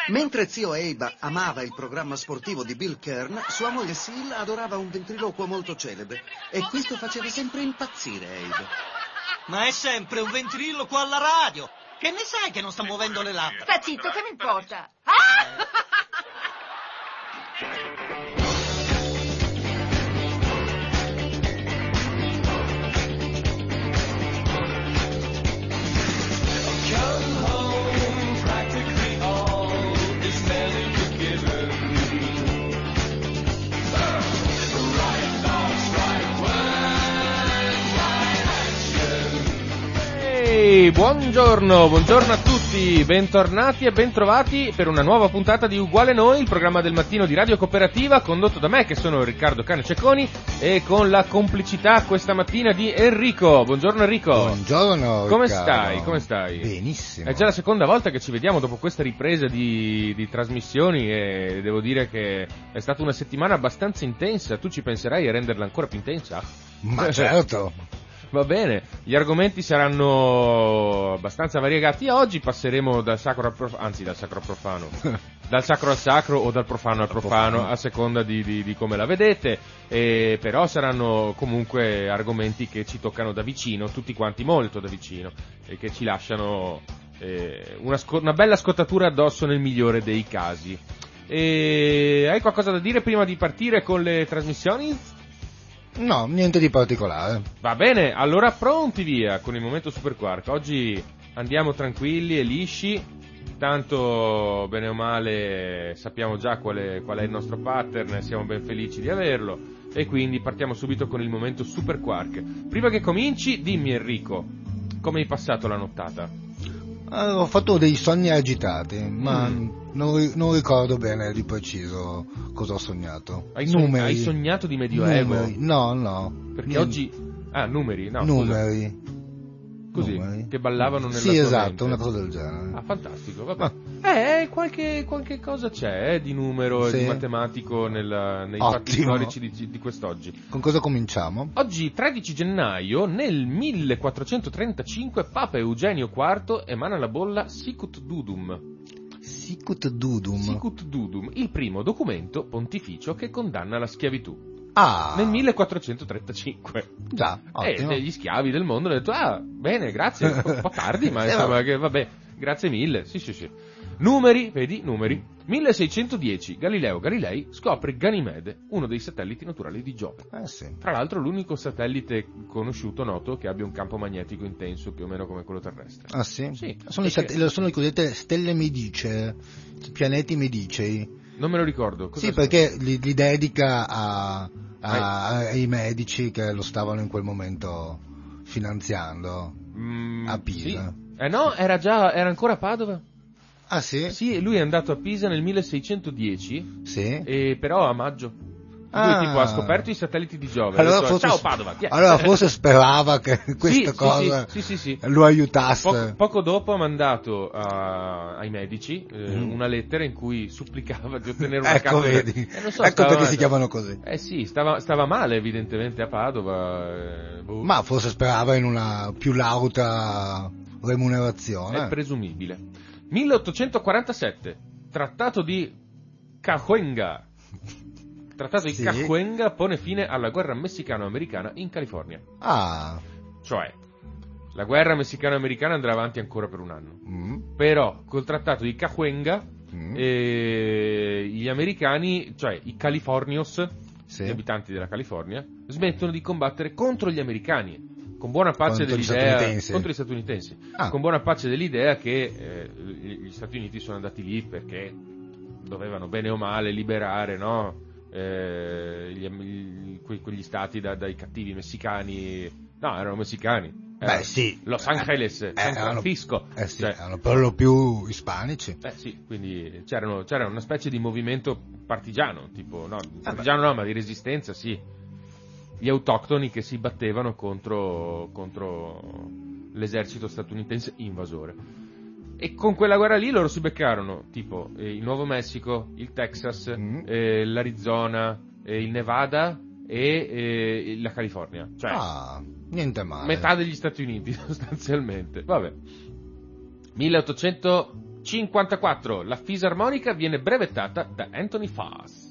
Mentre zio Abe amava il programma sportivo di Bill Kern, sua moglie Sil adorava un ventriloquo molto celebre e questo faceva sempre impazzire Abe. Ma è sempre un ventriloquo alla radio! Che ne sai che non sta muovendo le labbra? Sta zitto, che mi importa? Ah! Buongiorno a tutti, bentornati e bentrovati per una nuova puntata di Uguale Noi, il programma del mattino di Radio Cooperativa, condotto da me che sono Riccardo Cane Cecconi e con la complicità questa mattina di Enrico. Buongiorno Enrico. Buongiorno Come Riccardo. Come stai? Benissimo. È già la seconda volta che ci vediamo dopo questa ripresa di trasmissioni e devo dire che è stata una settimana abbastanza intensa. Tu ci penserai a renderla ancora più intensa? Ma certo. Va bene, gli argomenti saranno abbastanza variegati. Oggi passeremo dal sacro al profano, anzi dal sacro al profano, dal sacro al sacro o dal profano al profano, a seconda di come la vedete, però saranno comunque argomenti che ci toccano da vicino, tutti quanti molto da vicino, e che ci lasciano una bella scottatura addosso nel migliore dei casi. Hai qualcosa da dire prima di partire con le trasmissioni? No, niente di particolare. Va bene, allora pronti via con il momento Super Quark. Oggi andiamo tranquilli e lisci, tanto bene o male sappiamo già qual è il nostro pattern e siamo ben felici di averlo, e quindi partiamo subito con il momento Super Quark. Prima che cominci, dimmi Enrico, come hai passato la nottata? Ho fatto dei sogni agitati, ma non ricordo bene di preciso cosa ho sognato. Hai sognato di Medioevo? Numeri. No. Perché Niente. oggi... Ah, numeri, no. Numeri. Così, Numeri. che ballavano nella Sì, tua esatto, mente. una cosa del genere. Ah, fantastico, vabbè. Qualche cosa c'è di numero Sì. e di matematico nei fatti Ottimo. storici di quest'oggi. Con cosa cominciamo? Oggi, 13 gennaio, nel 1435, Papa Eugenio IV emana la bolla Sicut Dudum. Sicut Dudum. Sicut Dudum, il primo documento pontificio che condanna la schiavitù. Ah, Nel 1435. già, ottimo. E gli schiavi del mondo hanno detto, bene, grazie, un po' tardi, ma insomma, vabbè, grazie mille, sì. Numeri, vedi, numeri. 1610, Galileo Galilei scopre Ganimede, uno dei satelliti naturali di Giove. Sì. Tra l'altro l'unico satellite conosciuto, noto, che abbia un campo magnetico intenso, più o meno come quello terrestre. Ah sì? Sì. Sono le cosiddette stelle medicee, pianeti medicei. Non me lo ricordo. Cosa Sì, sono? perché li dedica ai medici che lo stavano in quel momento finanziando a Pisa. Sì. No, era ancora a Padova. Ah sì? Sì, lui è andato a Pisa nel 1610, Sì. però a maggio. Lui tipo ha scoperto i satelliti di Giove. Allora, Adesso, forse, ciao Padova. allora forse sperava che questa cosa sì. lo aiutasse. Poco dopo ha mandato ai medici una lettera in cui supplicava di ottenere una Ecco, cattedra. vedi. Non so, Ecco perché si chiamano così. Sì, stava male evidentemente a Padova. Ma forse sperava in una più lauta remunerazione. È presumibile. 1847, Trattato di Cahuenga. Trattato di Cahuenga pone fine alla guerra messicano-americana in California. Ah. Cioè, la guerra messicano-americana andrà avanti ancora per un anno. Però, col trattato di Cahuenga, gli americani, cioè i Californios, gli abitanti della California, smettono di combattere contro gli americani. Con buona pace dell'idea contro gli statunitensi, con buona pace dell'idea che gli Stati Uniti sono andati lì perché dovevano bene o male liberare, no? Quegli stati dai cattivi messicani. No, erano messicani. Sì. Los Angeles, San Francisco. Sì, erano per lo più ispanici. Sì, quindi c'era una specie di movimento partigiano, tipo, no, partigiano no, ma di resistenza, sì. Gli autoctoni che si battevano contro l'esercito statunitense invasore. E con quella guerra lì loro si beccarono tipo il Nuovo Messico, il Texas, l'Arizona, il Nevada e la California. Cioè, niente male. Metà degli Stati Uniti sostanzialmente. Vabbè. 1800 54. La fisarmonica viene brevettata da Anthony Faas.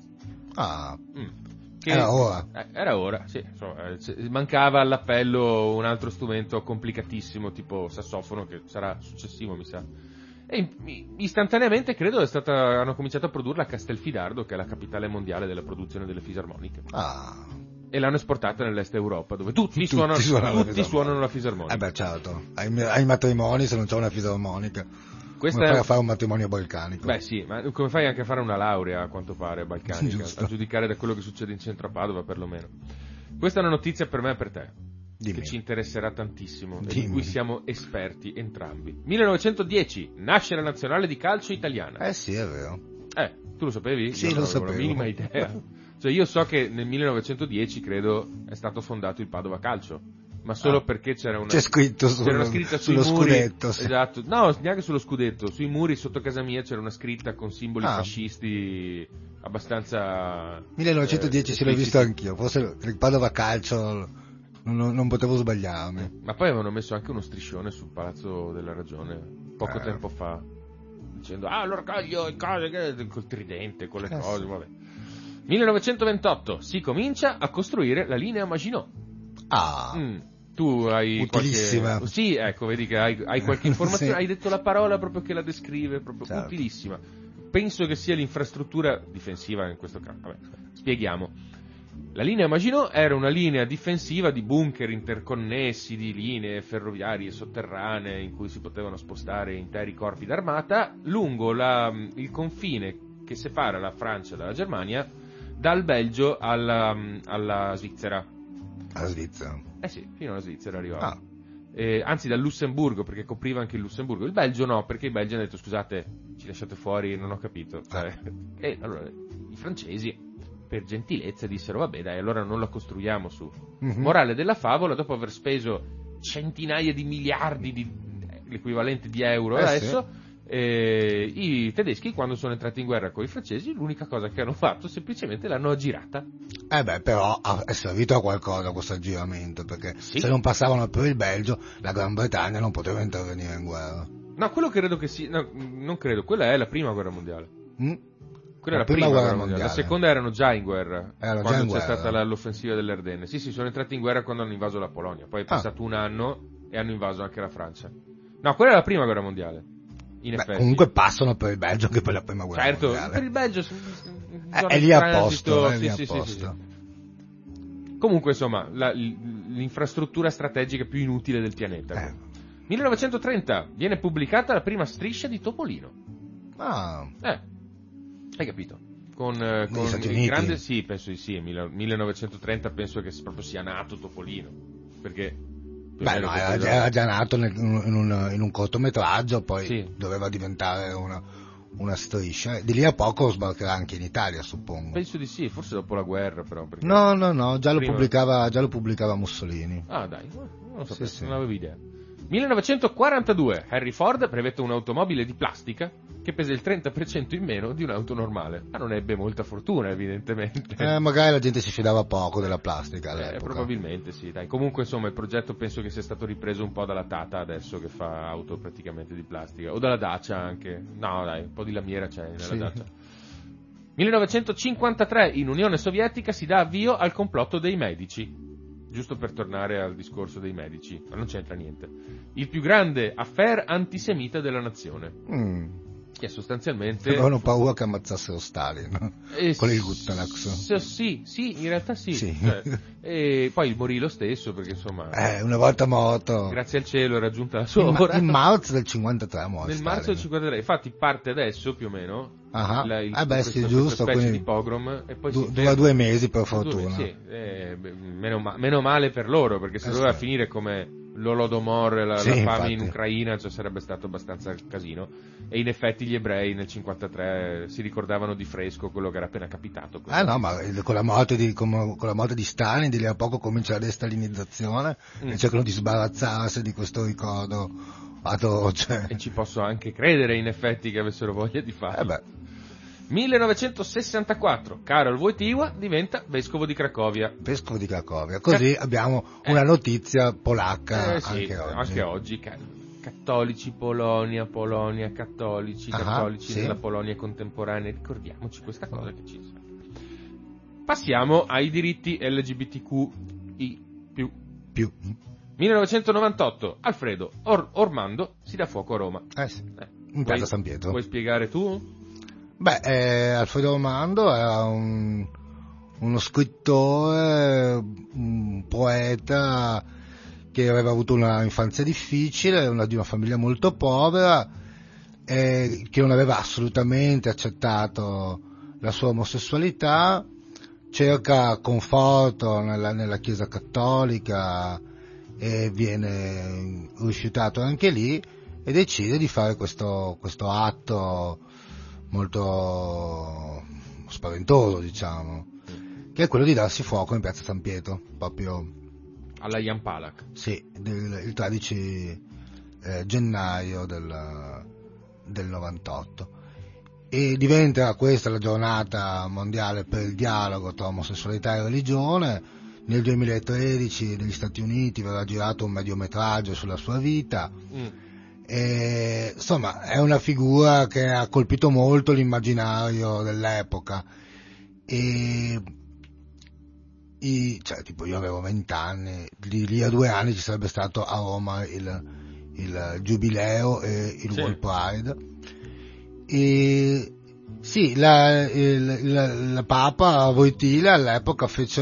Era ora. Era ora, sì. Insomma, mancava all'appello un altro strumento complicatissimo tipo sassofono, che sarà successivo, mi sa. E istantaneamente credo hanno cominciato a produrla a Castelfidardo, che è la capitale mondiale della produzione delle fisarmoniche. E l'hanno esportata nell'est Europa, dove tutti suonano la fisarmonica. Certo, ai matrimoni, se non c'è una fisarmonica, come fai a fare un matrimonio balcanico? Beh sì, ma come fai anche a fare una laurea, a quanto pare, balcanica, a giudicare da quello che succede in centro a Padova, perlomeno. Questa è una notizia per me e per te, che ci interesserà tantissimo, e di cui siamo esperti entrambi. 1910, nasce la nazionale di calcio italiana. Sì, è vero. Tu lo sapevi? Sì, io lo non sapevo. avevo la minima idea. Cioè io so che nel 1910, credo, è stato fondato il Padova Calcio, ma solo perché c'era una scritta sui muri, scudetto. Sì. Esatto, no, neanche sullo scudetto, sui muri sotto casa mia c'era una scritta con simboli fascisti abbastanza 1910 sì, l'ho visto anch'io, forse il Padova Calcio non potevo sbagliarmi. Ma poi avevano messo anche uno striscione sul Palazzo della Ragione poco tempo fa, dicendo l'orgoglio e cose, col tridente, con le cose, vabbè. 1928 si comincia a costruire la linea Maginot. Tu hai utilissima. Sì, ecco, vedi che hai qualche informazione, sì. Hai detto la parola proprio che la descrive, proprio certo. Utilissima. Penso che sia l'infrastruttura difensiva in questo caso. Vabbè, spieghiamo. La linea Maginot era una linea difensiva di bunker interconnessi, di linee ferroviarie sotterranee in cui si potevano spostare interi corpi d'armata lungo il confine che separa la Francia dalla Germania, dal Belgio alla Svizzera. Alla Svizzera? Sì, fino alla Svizzera arrivava. Anzi, dal Lussemburgo, perché copriva anche il Lussemburgo. Il Belgio no, perché i belgi hanno detto: scusate, ci lasciate fuori, non ho capito. E allora i francesi, per gentilezza, dissero: vabbè dai, allora non la costruiamo su. Morale della favola, dopo aver speso centinaia di miliardi l'equivalente di euro adesso, i tedeschi, quando sono entrati in guerra con i francesi, l'unica cosa che hanno fatto semplicemente l'hanno aggirata. Però è servito a qualcosa questo aggiramento, perché se non passavano per il Belgio, la Gran Bretagna non poteva intervenire in guerra. No, quello credo che sia, no, non credo, quella è la prima guerra mondiale. Quella è la prima guerra mondiale. La seconda erano già in guerra, quando c'è stata l'offensiva delle Ardenne. Sì, sono entrati in guerra quando hanno invaso la Polonia, poi è passato un anno e hanno invaso anche la Francia. No, quella è la prima guerra mondiale. Comunque passano per il Belgio anche per la prima guerra mondiale. Certo, per il Belgio è lì a posto, sì. Comunque, insomma, l'infrastruttura strategica più inutile del pianeta. 1930 viene pubblicata la prima striscia di Topolino. Hai capito? Con il grande, sì, penso di sì. 1930 penso che proprio sia nato Topolino, perché era già nato in un cortometraggio, poi doveva diventare una striscia. Di lì a poco sbarcherà anche in Italia, suppongo. Penso di sì, forse dopo la guerra, però. No, già lo pubblicava Mussolini. Dai, non lo sapevo, non avevo idea. 1942 Henry Ford brevetta un'automobile di plastica che pesa il 30% in meno di un'auto normale, ma non ebbe molta fortuna, evidentemente. Magari la gente si fidava poco della plastica all'epoca. Probabilmente sì, dai. Comunque, insomma, il progetto penso che sia stato ripreso un po' dalla Tata adesso, che fa auto praticamente di plastica, o dalla Dacia anche. No, dai, un po' di lamiera c'è nella Dacia. 1953 in Unione Sovietica si dà avvio al complotto dei medici. Giusto per tornare al discorso dei medici, ma non c'entra niente. Il più grande affair antisemita della nazione. Che sostanzialmente... Avevano paura che ammazzassero Stalin, con il Guttanax. Sì, in realtà sì. E poi morì lo stesso, perché insomma... una volta morto... Grazie al cielo è raggiunta la sua ora. In marzo del 53 muore Nel marzo del 53, infatti parte adesso più o meno... giusto, specie di pogrom, e poi dura 2 mesi per fortuna. Meno male per loro, perché se doveva finire come l'Holodomor, la fame in Ucraina, sarebbe stato abbastanza casino. E in effetti gli ebrei nel 53 si ricordavano di fresco quello che era appena capitato. No, ma con la morte di Stalin di lì a poco comincia la destalinizzazione e cercano di sbarazzarsi di questo ricordo atroce. E ci posso anche credere, in effetti, che avessero voglia di farlo. 1964 Karol Wojtyła diventa vescovo di Cracovia. Vescovo di Cracovia, così abbiamo una notizia polacca anche oggi. Anche oggi. cattolici, Polonia, cattolici, cattolici sì. nella Polonia contemporanea, ricordiamoci questa cosa che ci sta. Passiamo ai diritti LGBTQI+. 1998, Alfredo Ormando si dà fuoco a Roma. Sì. In piazza San Pietro. Puoi spiegare tu? Alfredo Ormando era uno scrittore, un poeta che aveva avuto una infanzia difficile, di una famiglia molto povera, che non aveva assolutamente accettato la sua omosessualità, cerca conforto nella Chiesa cattolica e viene rifiutato anche lì e decide di fare questo atto molto spaventoso, diciamo, che è quello di darsi fuoco in piazza San Pietro, proprio alla Jan Palach. Sì, il 13 gennaio del 98. E diventa questa la giornata mondiale per il dialogo tra omosessualità e religione. Nel 2013 negli Stati Uniti verrà girato un mediometraggio sulla sua vita. E, insomma, è una figura che ha colpito molto l'immaginario dell'epoca. Tipo io avevo 20 anni, lì a 2 anni ci sarebbe stato a Roma il Giubileo e il World Pride. E sì, la Papa Wojtyla all'epoca ci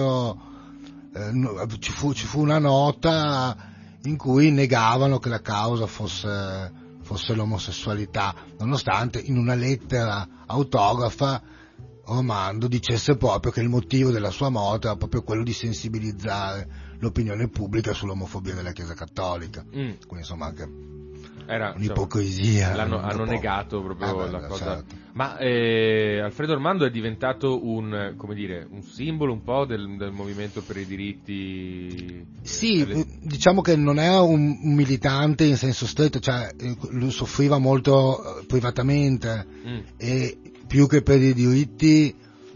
fu una nota in cui negavano che la causa fosse l'omosessualità, nonostante in una lettera autografa Ormando dicesse proprio che il motivo della sua morte era proprio quello di sensibilizzare l'opinione pubblica sull'omofobia della Chiesa Cattolica. Quindi insomma anche era un'ipocrisia. Hanno negato proprio la cosa. Certo. Ma Alfredo Ormando è diventato un simbolo un po' del movimento per i diritti. Sì, diciamo che non era un militante in senso stretto, lui soffriva molto privatamente e più che per i diritti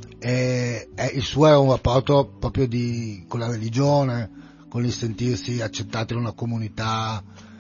il suo era un rapporto proprio con la religione, con il sentirsi accettato in una comunità.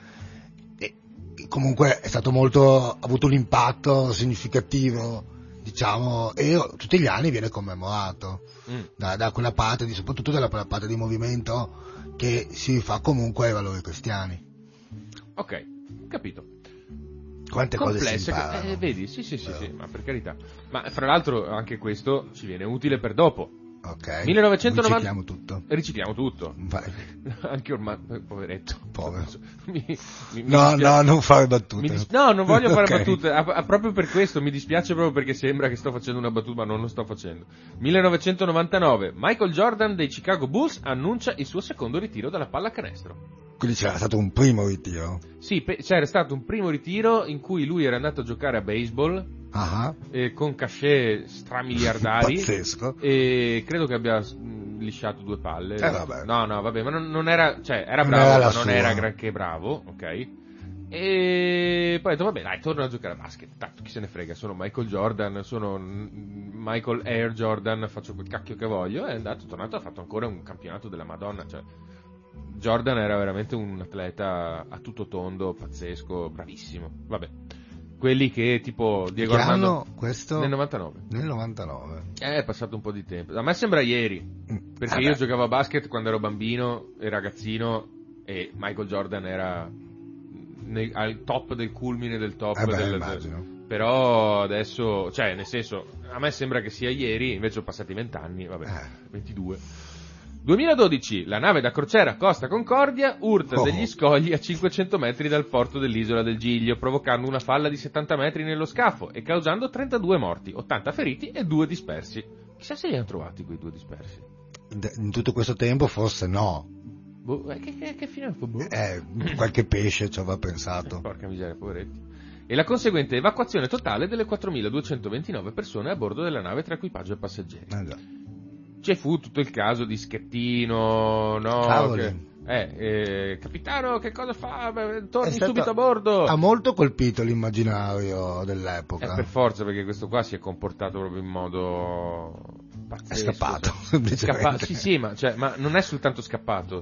Comunque è stato ha avuto un impatto significativo, diciamo, e tutti gli anni viene commemorato da quella parte, soprattutto dalla parte di movimento che si fa comunque ai valori cristiani. Ok, capito. Quante complesse, cose si imparano. Vedi, sì, ma per carità. Ma fra l'altro anche questo ci viene utile per dopo. Ok, 1990... Ricicliamo tutto. Vai. Anche ormai, poveretto. Povero. No, non fare battute. No, non voglio fare battute, proprio per questo, mi dispiace proprio perché sembra che sto facendo una battuta, ma non lo sto facendo. 1999, Michael Jordan dei Chicago Bulls annuncia il suo secondo ritiro dalla pallacanestro. Quindi c'era stato un primo ritiro? Sì, c'era stato un primo ritiro in cui lui era andato a giocare a baseball, con cachet stramiliardari. Pazzesco. E credo che abbia lisciato 2 palle. Vabbè. No, vabbè, ma non era, era bravo, ma non era granché bravo, ok? E poi ha detto, vabbè, dai, torno a giocare a basket, tanto chi se ne frega, sono Michael Jordan, sono Michael Air Jordan, faccio quel cacchio che voglio, è tornato, ha fatto ancora un campionato della Madonna, Jordan era veramente un atleta a tutto tondo, pazzesco, bravissimo, vabbè. Quelli che tipo Diego Armando questo? Nel 99. Nel 99. È passato un po' di tempo. A me sembra ieri, perché io giocavo a basket quando ero bambino e ragazzino e Michael Jordan era al top del culmine del top immagino. Però adesso, nel senso, a me sembra che sia ieri, invece ho passati 20 anni, 22. 2012, la nave da crociera Costa Concordia urta degli scogli a 500 metri dal porto dell'isola del Giglio, provocando una falla di 70 metri nello scafo e causando 32 morti, 80 feriti e 2 dispersi. Chissà se li hanno trovati quei 2 dispersi. In tutto questo tempo forse no. Che fine fa? Qualche pesce ci aveva pensato. Porca miseria, poveretti. E la conseguente evacuazione totale delle 4.229 persone a bordo della nave tra equipaggio e passeggeri. C'è fu tutto il caso di Schettino, no? Capitano, che cosa fa? Torni subito a bordo. Ha molto colpito l'immaginario dell'epoca. Per forza, perché questo qua si è comportato proprio in modo pazzesco. È scappato. Sì, ma non è soltanto scappato.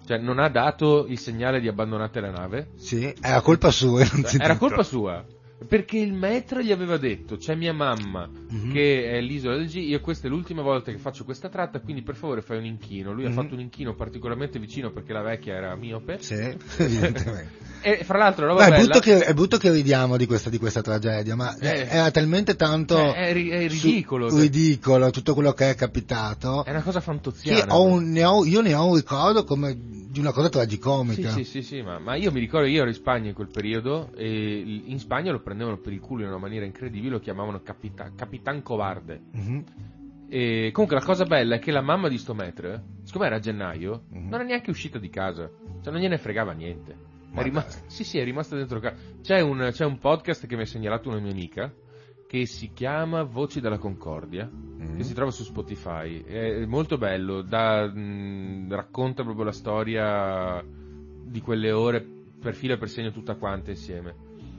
Cioè, non ha dato il segnale di abbandonate la nave. Sì, era colpa sua innanzitutto. Era colpa sua. Perché il maître gli aveva detto: c'è mia mamma che è l'isola del G, io questa è l'ultima volta che faccio questa tratta, quindi per favore fai un inchino. Lui ha fatto un inchino particolarmente vicino perché la vecchia era miope. Sì, evidentemente. E fra l'altro roba bella, è brutto che ridiamo di questa tragedia, ma era talmente tanto è ridicolo. Ridicolo tutto quello che è capitato. È una cosa fantoziana. Che io ne ho un ricordo come di una cosa tragicomica. Sì, ma io mi ricordo, io ero in Spagna in quel periodo e in Spagna lo prendevano per il culo in una maniera incredibile, lo chiamavano Capitan Covarde. E comunque la cosa bella è che la mamma di sto maître, siccome era a gennaio, non è neanche uscita di casa, cioè non gliene fregava niente. È rimasta dentro casa. C'è un podcast che mi ha segnalato una mia amica che si chiama Voci della Concordia, che si trova su Spotify. È molto bello, racconta proprio la storia di quelle ore per filo e per segno tutta quanta insieme.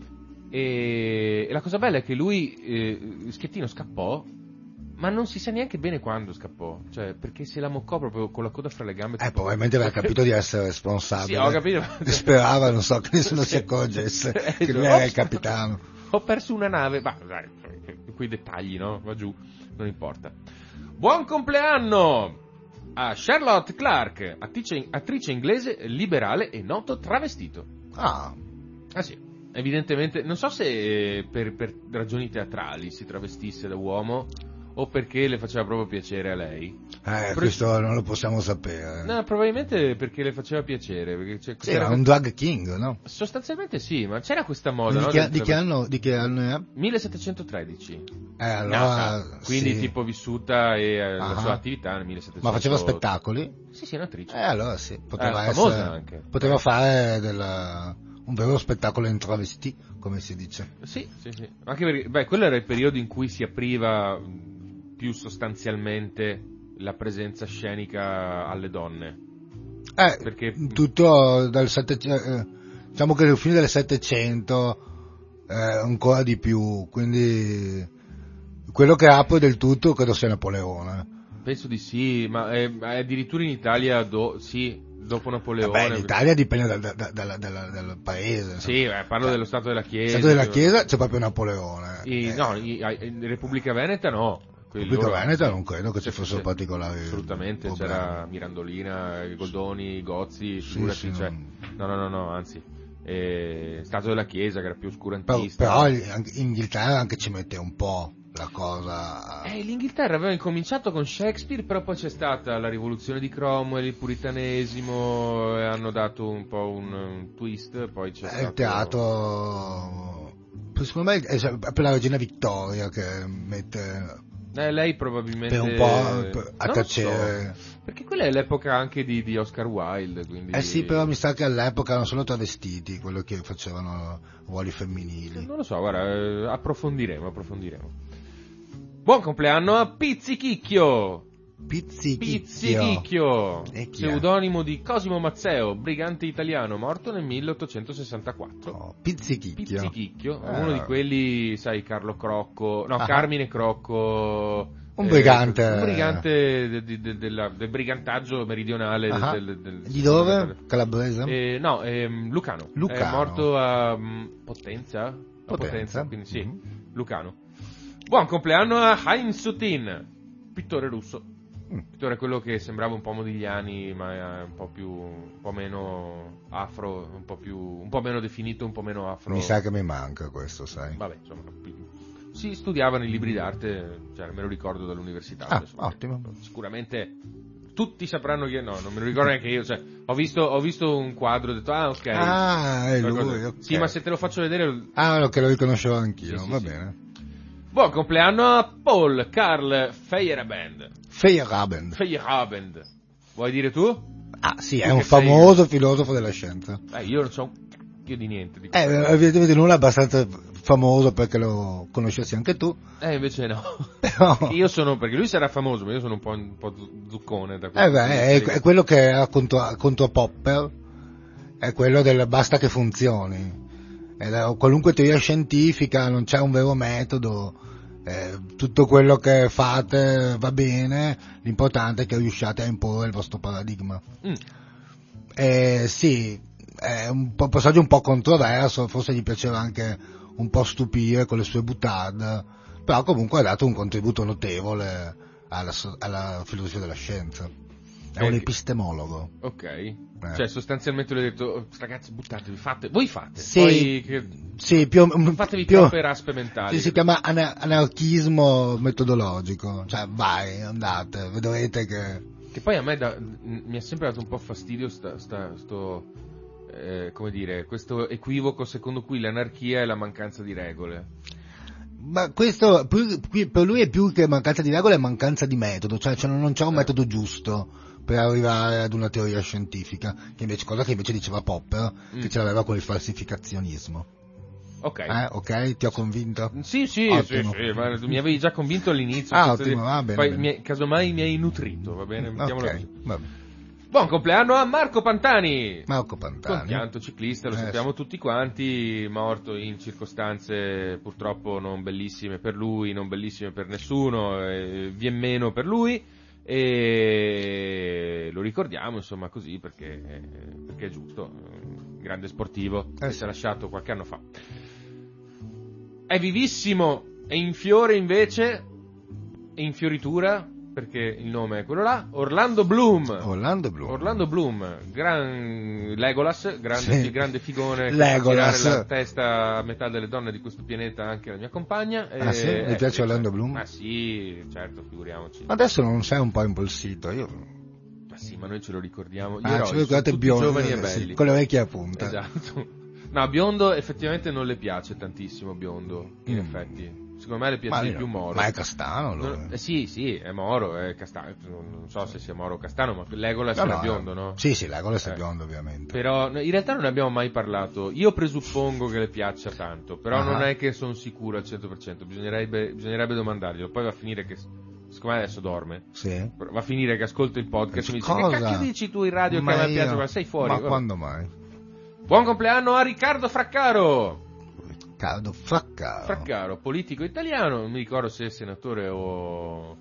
E la cosa bella è che lui, Schettino, scappò, ma non si sa neanche bene quando scappò, cioè perché se la moccò proprio con la coda fra le gambe. Probabilmente aveva capito di essere responsabile. Sì, ho capito. Sperava, non so, che nessuno si accorgesse che lui era il capitano. Ho perso una nave, ma dai, quei dettagli, no? Va giù, non importa. Buon compleanno a Charlotte Clark, attrice inglese liberale e noto travestito. Ah sì, evidentemente, non so se per ragioni teatrali si travestisse da uomo o perché le faceva proprio piacere a lei. Questo non lo possiamo sapere. No, probabilmente perché le faceva piacere. Perché era un drag king, no? Sostanzialmente sì, ma c'era questa moda, no? Di che anno è? 1713. Allora, nata, quindi tipo vissuta e la sua attività nel 1700. Ma faceva spettacoli? Sì, è un'attrice. Allora sì, poteva famosa anche. Poteva fare un vero spettacolo in travesti, come si dice. Sì. Anche perché, quello era il periodo in cui si apriva più sostanzialmente la presenza scenica alle donne. Perché tutto dal 700, diciamo che nel fine del 700 ancora di più, quindi quello che apre del tutto credo sia Napoleone. Penso di sì, ma addirittura in Italia dopo Napoleone. L'Italia dipende dal paese. Sì, parlo dello Stato della Chiesa. Stato della Chiesa c'è proprio Napoleone. In Repubblica Veneta no. Repubblica Veneta non credo che ci fossero particolari. Assolutamente, problemi. C'era Mirandolina, Goldoni, Gozzi, figurati, no, anzi. Stato della Chiesa che era più oscurantista. Però Inghilterra anche ci mette un po' la cosa. L'Inghilterra aveva incominciato con Shakespeare, però poi c'è stata la rivoluzione di Cromwell, il puritanesimo, e hanno dato un po' un twist, poi c'è stato... Il teatro, secondo me è per la regina Vittoria che mette... lei probabilmente... Per un po' a tacere. So, perché quella è l'epoca anche di Oscar Wilde, quindi... sì, però mi sa che all'epoca erano solo travestiti, quello che facevano ruoli femminili. Non lo so, guarda, approfondiremo. Buon compleanno a Pizzichicchio! Pizzichicchio, pseudonimo di Cosimo Mazzeo, brigante italiano, morto nel 1864. Pizzichicchio, uno di quelli, sai, Carlo Crocco, Carmine Crocco, un brigante del brigantaggio meridionale di dove? Calabrese? No, Lucano. È morto a Potenza, quindi sì, Lucano. Buon compleanno a Haim Sutin, pittore russo. Pittore quello che sembrava un po' Modigliani, ma è un po' meno afro, un po' meno definito, un po' meno afro. Mi sa che mi manca questo, sai. Vabbè, insomma, si studiava nei libri d'arte, cioè me lo ricordo dall'università. Ottimo. Sicuramente tutti sapranno che non me lo ricordo neanche io, cioè ho visto un quadro e ho detto ok. È lui, okay. Sì, ma se te lo faccio vedere... che lo riconoscevo anch'io, va bene. Buon compleanno a Paul Karl Feyerabend. Vuoi dire tu? Sì, è un famoso filosofo della scienza. Io non so un cacchio di niente di evidentemente non è abbastanza famoso perché lo conoscessi anche tu. Invece no. Però... perché lui sarà famoso, ma io sono un po' zuccone da è quello che era contro Popper, è quello del basta che funzioni. Qualunque teoria scientifica, non c'è un vero metodo, tutto quello che fate va bene, l'importante è che riusciate a imporre il vostro paradigma. Sì, è un passaggio un po' controverso, forse gli piaceva anche un po' stupire con le sue boutade, però comunque ha dato un contributo notevole alla filosofia della scienza. È un epistemologo. Ok. Cioè sostanzialmente lui ha detto: "Oh, ragazzi, buttatevi, voi fate. Sì, Poi sì, non fatevi troppe raspe mentali." Sì, si chiama anarchismo metodologico, cioè vai, andate, vedrete Che poi a me mi ha sempre dato un po' fastidio come dire, questo equivoco secondo cui l'anarchia è la mancanza di regole. Ma questo per lui è più che mancanza di regole, è mancanza di metodo, cioè non c'è un metodo giusto per arrivare ad una teoria scientifica, cosa che invece diceva Popper, che ce l'aveva con il falsificazionismo. Ok. Ok, ti ho convinto? Sì, ma mi avevi già convinto all'inizio. Ottimo, va bene. Poi bene. casomai mi hai nutrito, va bene? Mettiamola Ok, così. va bene. Buon compleanno a Marco Pantani! Marco Pantani. Compianto ciclista, lo sappiamo tutti quanti, morto in circostanze purtroppo non bellissime per lui, non bellissime per nessuno, vien meno per lui, e lo ricordiamo insomma così perché è giusto, un grande sportivo che si è lasciato qualche anno fa. È vivissimo e in fiore invece, e in fioritura, perché il nome è quello là, Orlando Bloom, gran Legolas, grande figone, che fa girare la testa a metà delle donne di questo pianeta, anche la mia compagna. Sì? Mi piace Orlando Bloom? Ah sì, certo, figuriamoci. Ma adesso non sei un po' impolsito, Ma sì, ma noi ce lo ricordiamo, gli ce lo eroi ricordate sono tutti biondo, giovani e belli. sì, con le orecchie a punta. Esatto. No, biondo effettivamente non le piace tantissimo, biondo, in effetti. Secondo me le piace di più Moro. Ma è castano lui. Sì, è Moro, è castano. Non so se sia Moro o castano, ma Legolas era biondo, no? Sì, Legolas è biondo ovviamente. Però in realtà non ne abbiamo mai parlato. Io presuppongo che le piaccia tanto, però non è che sono sicuro al 100%. Bisognerebbe domandarglielo. Poi va a finire che, siccome adesso dorme, sì, va a finire che ascolta il podcast e mi dice: cosa? Che cacchio dici tu in radio che a me piace? Ma sei fuori. Ma quando mai? Buon compleanno a Riccardo Fraccaro. Fraccaro, politico italiano, non mi ricordo se è senatore o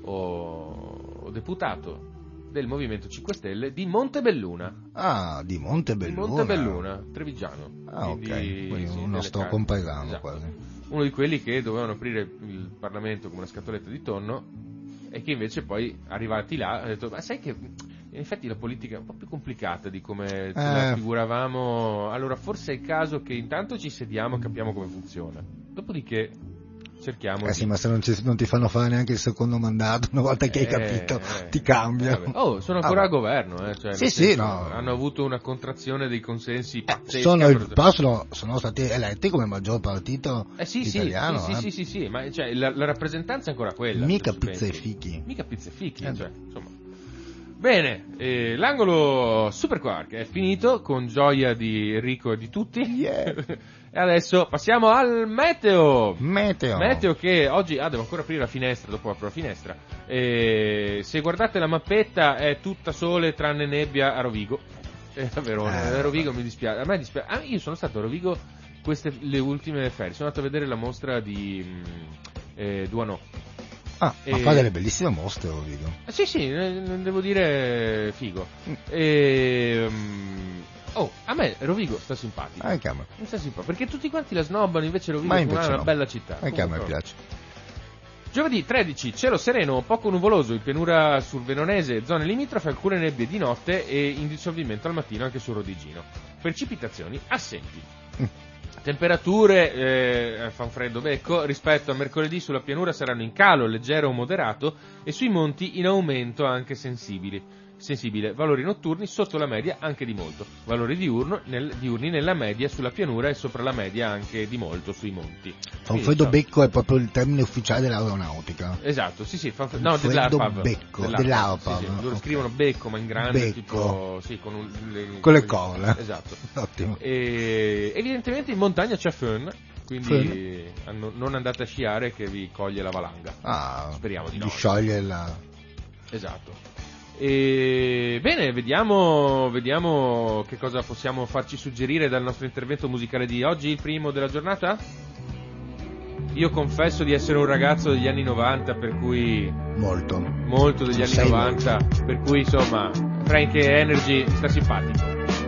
deputato del Movimento 5 Stelle di Montebelluna. Di Montebelluna. Di Montebelluna, trevigiano. Quindi un nostro compaesano, esatto. Quasi. Uno di quelli che dovevano aprire il Parlamento come una scatoletta di tonno e che invece poi, arrivati là, ha detto: ma sai che in effetti la politica è un po' più complicata di come ce la figuravamo, allora forse è il caso che intanto ci sediamo e capiamo come funziona, dopodiché cerchiamo sì, ma se non ti fanno fare neanche il secondo mandato, una volta che hai capito ti cambiano. Sono ancora al governo, cioè, sì, no. Hanno avuto una contrazione dei consensi pazzesca. Sono stati eletti come maggior partito italiano. Sì, ma cioè, la rappresentanza è ancora quella. Mica pizza e fichi, cioè, insomma. Bene, l'angolo Super Quark è finito, con gioia di Enrico e di tutti. E adesso passiamo al meteo che oggi devo ancora aprire la finestra, dopo apro la finestra. Se guardate la mappetta è tutta sole tranne nebbia a Rovigo, a Verona. A Rovigo mi dispiace, a me dispiace. Io sono stato a Rovigo le ultime ferie, sono andato a vedere la mostra di Duanò. Ma fa delle bellissime mostre, Rovigo. Sì, devo dire figo. A me Rovigo sta simpatico. Anche a me. Sta simpatico, perché tutti quanti la snobbano, invece Rovigo è una bella città. Anche a me piace. Giovedì 13, cielo sereno, poco nuvoloso in pianura sul Venonese, zone limitrofe, alcune nebbie di notte e in dissolvimento al mattino anche sul Rodigino. Precipitazioni assenti. Temperature, fa un freddo becco, rispetto a mercoledì sulla pianura saranno in calo, leggero o moderato, e sui monti in aumento anche sensibile. Valori notturni sotto la media anche di molto, valori diurni nella media sulla pianura e sopra la media anche di molto sui monti. Fa un freddo becco è proprio il termine ufficiale dell'aeronautica. Esatto, dell'ARPAV. Dell'ARPAV. Loro scrivono becco, ma in grande, becco. tipo con le cole. Esatto. Ottimo. E evidentemente in montagna c'è Fön, quindi non andate a sciare che vi coglie la valanga. Speriamo di no. Vi scioglie la... Esatto. Bene, vediamo che cosa possiamo farci suggerire dal nostro intervento musicale di oggi, il primo della giornata. Io confesso di essere un ragazzo degli anni 90, per cui... Molto degli anni 90, per cui insomma, Frank Energy sta simpatico.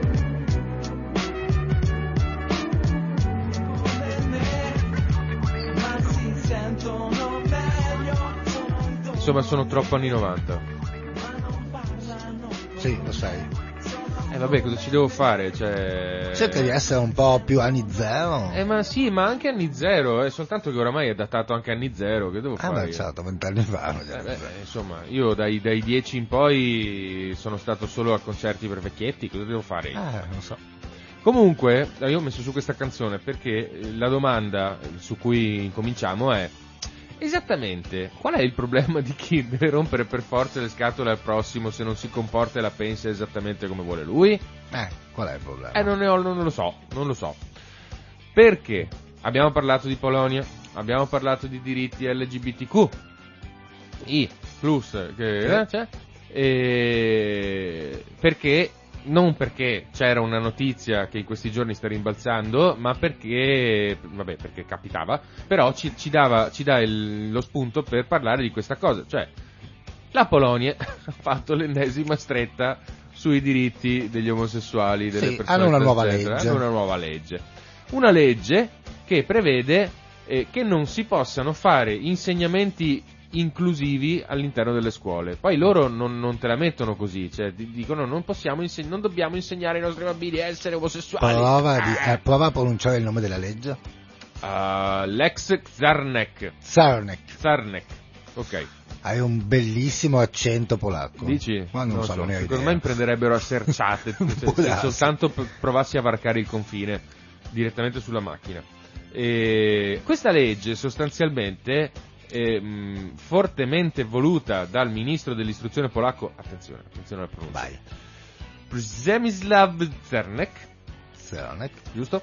Insomma, sono troppo anni 90. Sì, lo sai. Vabbè, cosa ci devo fare? Cioè... Cerca di essere un po' più anni zero. Ma sì, ma anche anni zero, soltanto che oramai è datato anche anni zero, che devo fare? Beh, certo, 20 anni fa. Insomma, io dai 10 in poi sono stato solo a concerti per vecchietti, cosa devo fare io? Non so. Comunque, io ho messo su questa canzone perché la domanda su cui incominciamo è: esattamente, qual è il problema di chi deve rompere per forza le scatole al prossimo se non si comporta e la pensa esattamente come vuole lui? Qual è il problema? Non lo so. Perché abbiamo parlato di Polonia, abbiamo parlato di diritti LGBTQ, perché non perché c'era una notizia che in questi giorni sta rimbalzando, ma perché capitava, però ci dà lo spunto per parlare di questa cosa, cioè la Polonia ha fatto l'ennesima stretta sui diritti degli omosessuali, delle persone hanno una nuova legge. Una legge che prevede che non si possano fare insegnamenti inclusivi all'interno delle scuole. Poi loro non te la mettono così, cioè dicono non dobbiamo insegnare ai nostri bambini a essere omosessuali. Prova a pronunciare il nome della legge. Lex Czarnek. Ok. Hai un bellissimo accento polacco. Dici? Ma non so, secondo me mi prenderebbero a serciate se soltanto provassi a varcare il confine direttamente sulla macchina. Questa legge sostanzialmente fortemente voluta dal ministro dell'istruzione polacco, attenzione alla pronuncia, Przemysław Czarnek, giusto?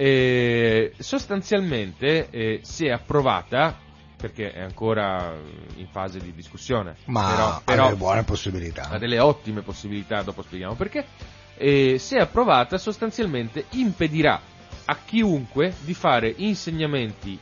Sostanzialmente se è approvata, perché è ancora in fase di discussione, ma però ha delle buone possibilità, ha delle ottime possibilità, dopo spieghiamo perché, se è approvata sostanzialmente impedirà a chiunque di fare insegnamenti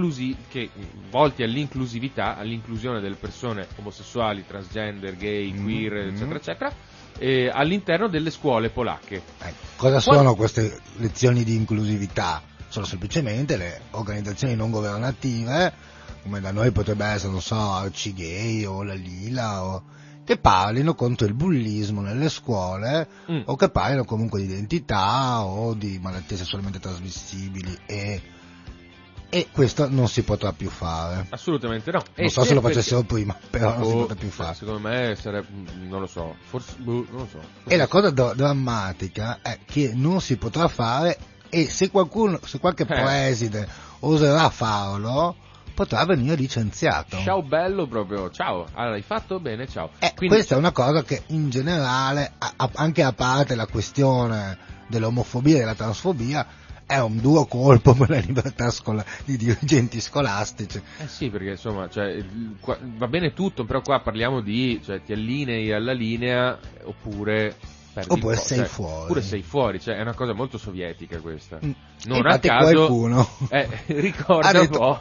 volti all'inclusività, all'inclusione delle persone omosessuali, transgender, gay, queer, eccetera, eccetera, all'interno delle scuole polacche. Cosa sono queste lezioni di inclusività? Sono semplicemente le organizzazioni non governative, come da noi potrebbe essere, non so, Arci Gay o la Lila, che parlino contro il bullismo nelle scuole, o che parlino comunque di identità o di malattie sessualmente trasmissibili, e questo non si potrà più fare. Assolutamente no. Non so se lo facessero prima, però non si potrà più fare. Secondo me sarebbe, non lo so, forse non lo so. E la cosa drammatica è che non si potrà fare, e se qualche preside oserà farlo, potrà venire licenziato. Ciao bello, proprio, ciao, allora, hai fatto bene, ciao. Quindi, questa è una cosa che in generale, anche a parte la questione dell'omofobia e della transfobia, è un duro colpo per la libertà di dirigenti scolastici. Sì, perché insomma, cioè, va bene tutto, però qua parliamo di, cioè, ti allinei alla linea oppure sei fuori. Oppure sei fuori, cioè è una cosa molto sovietica questa. Non a caso qualcuno ricorda un po'.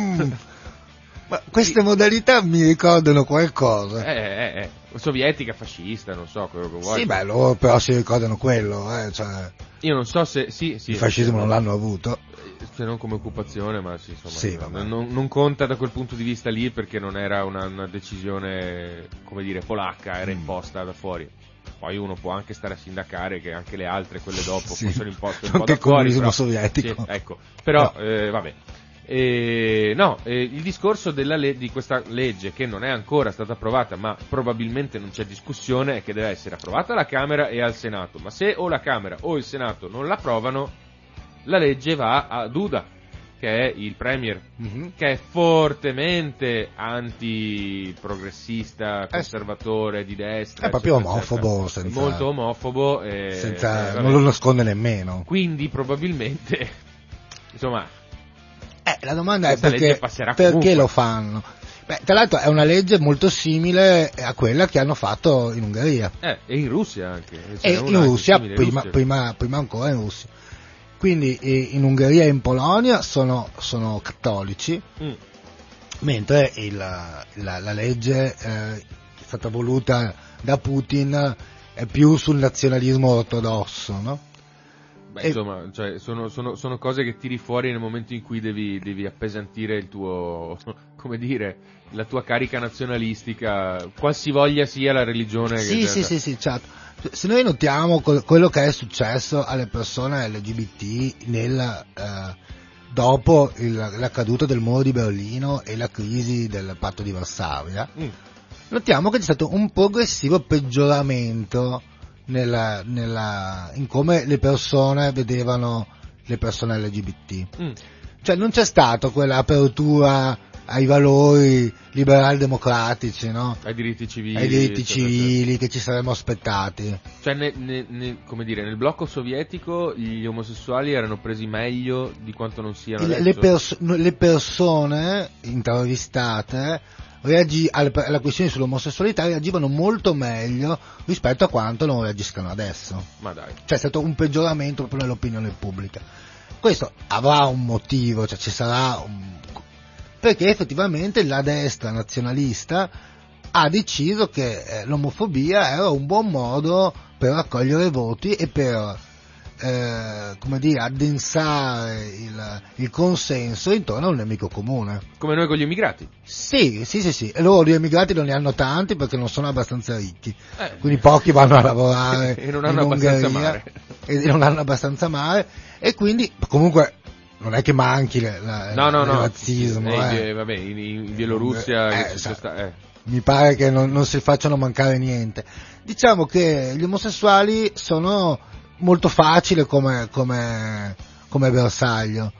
Ma queste modalità mi ricordano qualcosa. Sovietica, fascista, non so quello che vuoi. Sì, beh, loro però si ricordano quello, cioè. Io non so se sì, il fascismo non l'hanno avuto. Se non come occupazione, ma sì, insomma, sì, non conta da quel punto di vista lì, perché non era una decisione, come dire, polacca, era imposta da fuori. Poi uno può anche stare a sindacare che anche le altre, quelle dopo, fossero imposte un po' da fuori. Comunismo sovietico. Sì, ecco. Però, vabbè. Il discorso di questa legge, che non è ancora stata approvata, ma probabilmente non c'è discussione, è che deve essere approvata alla Camera e al Senato. Ma se o la Camera o il Senato non l'approvano, la legge va a Duda, che è il premier, che è fortemente antiprogressista, conservatore, di destra. È proprio omofobo, molto omofobo. Non lo nasconde nemmeno. Quindi probabilmente, insomma, la domanda è perché lo fanno. Beh, tra l'altro è una legge molto simile a quella che hanno fatto in Ungheria. E in Russia anche. E in Russia, prima ancora in Russia. Quindi in Ungheria e in Polonia sono cattolici, mentre la legge è stata voluta da Putin è più sul nazionalismo ortodosso, no? Beh, insomma, cioè, sono cose che tiri fuori nel momento in cui devi appesantire il tuo, come dire, la tua carica nazionalistica, qualsivoglia sia la religione. Sì, certo. Se noi notiamo quello che è successo alle persone LGBT dopo la caduta del muro di Berlino e la crisi del patto di Varsavia, notiamo che c'è stato un progressivo peggioramento in come le persone vedevano le persone LGBT. Cioè non c'è stato quell'apertura ai valori liberal democratici, no? Ai diritti civili, che ci saremmo aspettati. Cioè come dire, nel blocco sovietico gli omosessuali erano presi meglio di quanto non siano adesso. Le persone intervistate alla questione sull'omosessualità reagivano molto meglio rispetto a quanto non reagiscano adesso. Ma dai. C'è stato un peggioramento proprio nell'opinione pubblica. Questo avrà un motivo, cioè ci sarà perché effettivamente la destra nazionalista ha deciso che l'omofobia era un buon modo per raccogliere voti e per addensare il consenso intorno a un nemico comune. Come noi con gli immigrati. Sì. E loro gli immigrati non ne hanno tanti perché non sono abbastanza ricchi. Quindi pochi vanno a lavorare e non hanno abbastanza mare. E non hanno abbastanza mare. E quindi, comunque, non è che manchi il razzismo. Vabbè, in Bielorussia mi pare che non si facciano mancare niente. Diciamo che gli omosessuali sono molto facile come bersaglio,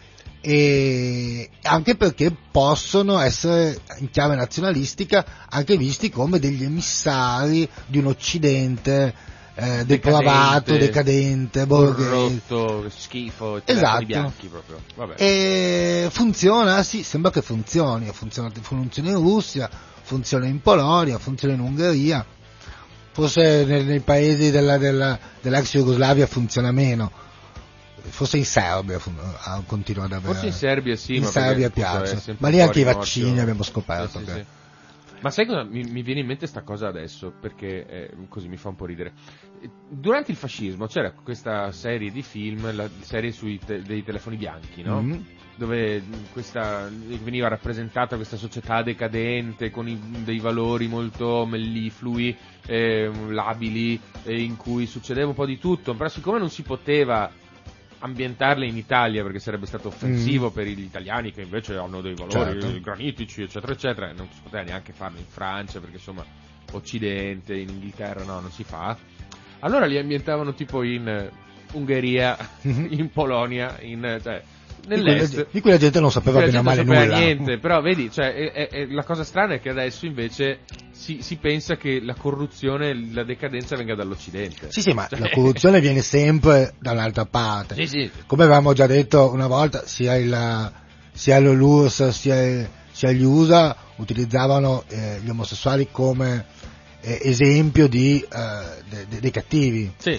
e anche perché possono essere in chiave nazionalistica anche visti come degli emissari di un occidente depravato, decadente, corrotto, schifo, esatto. Di bianchi proprio. Vabbè. E funziona, sì, sembra che funziona in Russia, funziona in Polonia, funziona in Ungheria. Forse nei paesi dell'ex Jugoslavia funziona meno, forse in Serbia continua ad avere. Forse in Serbia sì, in Serbia piace, ma lì anche i vaccini abbiamo scoperto. Sì. Ma sai cosa mi viene in mente sta cosa adesso, perché così mi fa un po' ridere. Durante il fascismo c'era questa serie di film, la serie dei telefoni bianchi, no? Dove veniva rappresentata questa società decadente con dei valori molto melliflui, labili, in cui succedeva un po' di tutto, però siccome non si poteva ambientarle in Italia perché sarebbe stato offensivo per gli italiani che invece hanno dei valori granitici, eccetera eccetera, e non si poteva neanche farlo in Francia perché insomma Occidente, in Inghilterra non si fa, allora li ambientavano tipo in Ungheria, in Polonia, nell'est. Di cui la gente non sapeva bene o male nulla. Niente, però vedi, cioè, la cosa strana è che adesso invece si pensa che la corruzione, la decadenza venga dall'Occidente. Sì, ma la corruzione viene sempre da un'altra parte. Sì. Come avevamo già detto una volta, sia l'URSS sia gli USA utilizzavano gli omosessuali come esempio dei cattivi. Sì.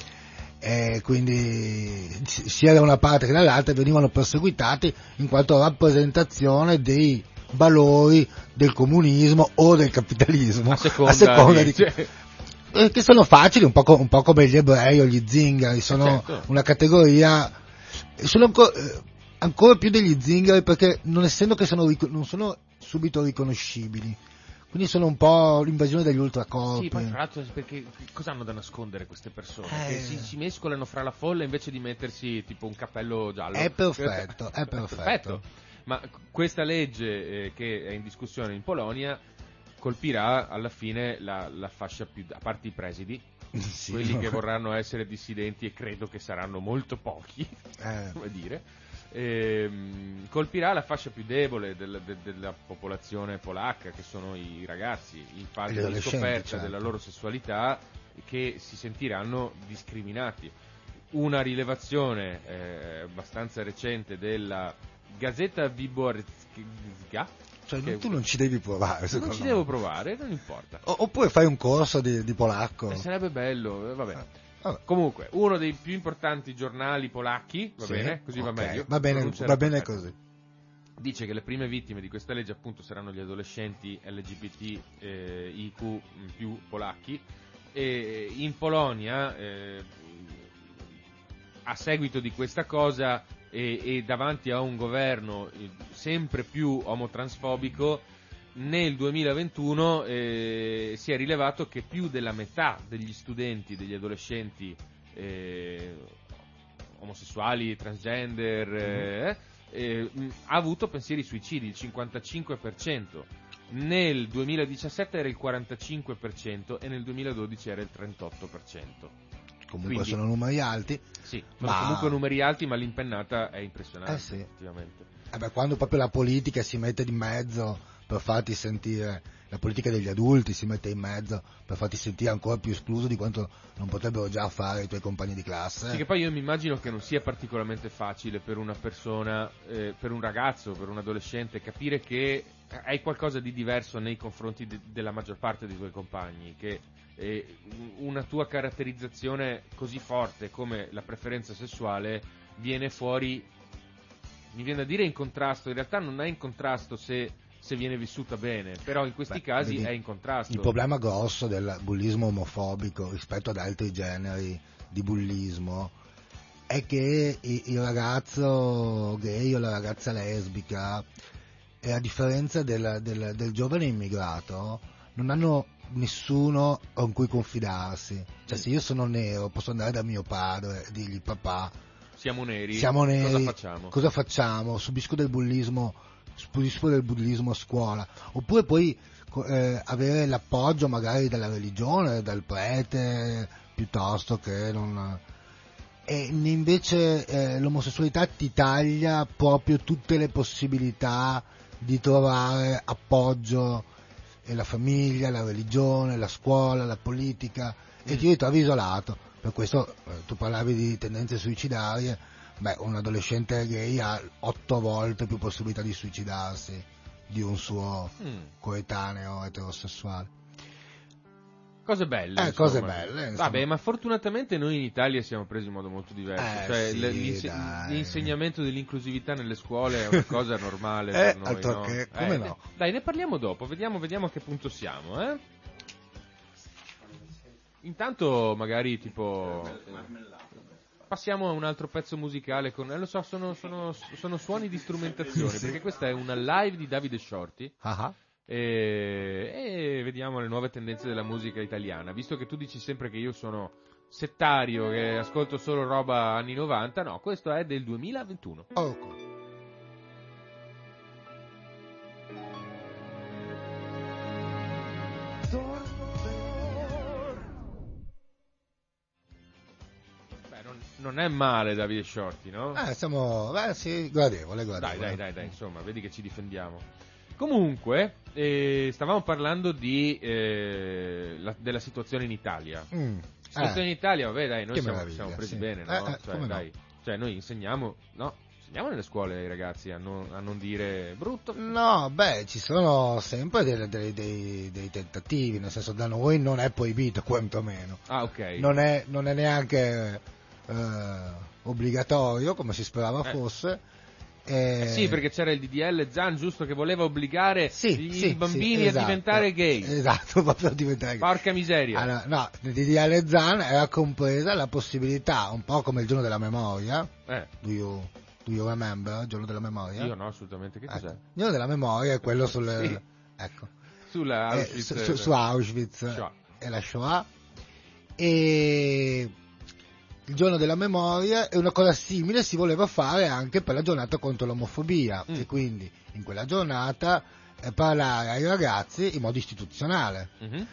Quindi sia da una parte che dall'altra venivano perseguitati in quanto rappresentazione dei valori del comunismo o del capitalismo a seconda di che sono facili, un po' come gli ebrei o gli zingari, sono una categoria, sono ancora più degli zingari perché non essendo che non sono subito riconoscibili. Quindi sono un po' l'invasione degli ultracorpi. Sì, poi tra l'altro perché cosa hanno da nascondere queste persone? Che si mescolano fra la folla invece di mettersi tipo un cappello giallo. È perfetto. Ma questa legge che è in discussione in Polonia colpirà alla fine la fascia più, a parte i presidi, quelli che vorranno essere dissidenti, e credo che saranno molto pochi, come dire. Colpirà la fascia più debole della popolazione polacca, che sono i ragazzi in fase di scoperta della loro sessualità, che si sentiranno discriminati. Una rilevazione abbastanza recente della Gazeta Wyborcza, cioè tu non ci devi provare, non ci devo provare, non importa. Oppure fai un corso di polacco. Sarebbe bello, vabbè. Vabbè. Comunque, uno dei più importanti giornali polacchi, va Sì, bene? Così va ok, meglio. va bene Pronuncerà perfetto. così. Dice che le prime vittime di questa legge appunto saranno gli adolescenti LGBT IQ più polacchi, e in Polonia a seguito di questa cosa e davanti a un governo sempre più omotransfobico, nel 2021 si è rilevato che più della metà degli studenti, degli adolescenti omosessuali, transgender, ha avuto pensieri suicidi, il 55%. Nel 2017 era il 45% e nel 2012 era il 38%. Comunque Quindi, sono numeri alti. Sì, sono ma... comunque numeri alti, ma l'impennata è impressionante, sì. effettivamente. Quando proprio la politica si mette di mezzo per farti sentire, la politica degli adulti si mette in mezzo per farti sentire ancora più escluso di quanto non potrebbero già fare i tuoi compagni di classe. Sì, che poi io mi immagino che non sia particolarmente facile per una persona, per un ragazzo, per un adolescente, capire che hai qualcosa di diverso nei confronti della maggior parte dei tuoi compagni, che una tua caratterizzazione così forte come la preferenza sessuale viene fuori, mi viene da dire in contrasto, in realtà non è in contrasto se viene vissuta bene, però in questi casi vedi, è in contrasto. Il problema grosso del bullismo omofobico rispetto ad altri generi di bullismo è che il ragazzo gay o la ragazza lesbica, a differenza del giovane immigrato, non hanno nessuno con cui confidarsi. Cioè, se io sono nero posso andare da mio padre e dirgli: papà, siamo neri, cosa facciamo? Subisco del bullismo a scuola. Oppure puoi avere l'appoggio magari dalla religione, dal prete, piuttosto che non... E invece l'omosessualità ti taglia proprio tutte le possibilità di trovare appoggio, la famiglia, la religione, la scuola, la politica, e ti ritrovi isolato. Per questo tu parlavi di tendenze suicidarie. Un adolescente gay ha 8 volte più possibilità di suicidarsi di un suo coetaneo eterosessuale. Cose belle. Cose belle. Insomma. Vabbè, ma fortunatamente noi in Italia siamo presi in modo molto diverso. Cioè, sì, l'insegnamento dell'inclusività nelle scuole è una cosa normale per noi, altro no? che, come no? Dai, ne parliamo dopo, vediamo a che punto siamo, Intanto magari tipo passiamo a un altro pezzo musicale con... lo so, sono suoni di strumentazione, perché questa è una live di Davide Shorty. E vediamo le nuove tendenze della musica italiana. Visto che tu dici sempre che io sono settario, che ascolto solo roba anni 90, no, questo è del 2021. Non è male Davide Shorty, no? Sì, gradevole. Dai, insomma, vedi che ci difendiamo. Comunque, stavamo parlando della situazione in Italia. Situazione in Italia, vabbè, dai, noi siamo presi bene, no? Cioè, noi insegniamo nelle scuole ai ragazzi a non dire brutto. No, ci sono sempre dei tentativi, nel senso, da noi non è proibito, quantomeno. Ah, ok. Non è neanche obbligatorio, come si sperava fosse. Sì, perché c'era il DDL Zan, giusto, che voleva obbligare i bambini a diventare gay. Esatto, proprio a diventare gay. Porca miseria. Allora, no, nel DDL Zan era compresa la possibilità, un po' come il giorno della memoria. Do you remember il giorno della memoria? Io no, assolutamente. Che cos'è? Il giorno della memoria è quello su Auschwitz e la Shoah. E il giorno della memoria è una cosa simile, si voleva fare anche per la giornata contro l'omofobia, e quindi in quella giornata parlare ai ragazzi in modo istituzionale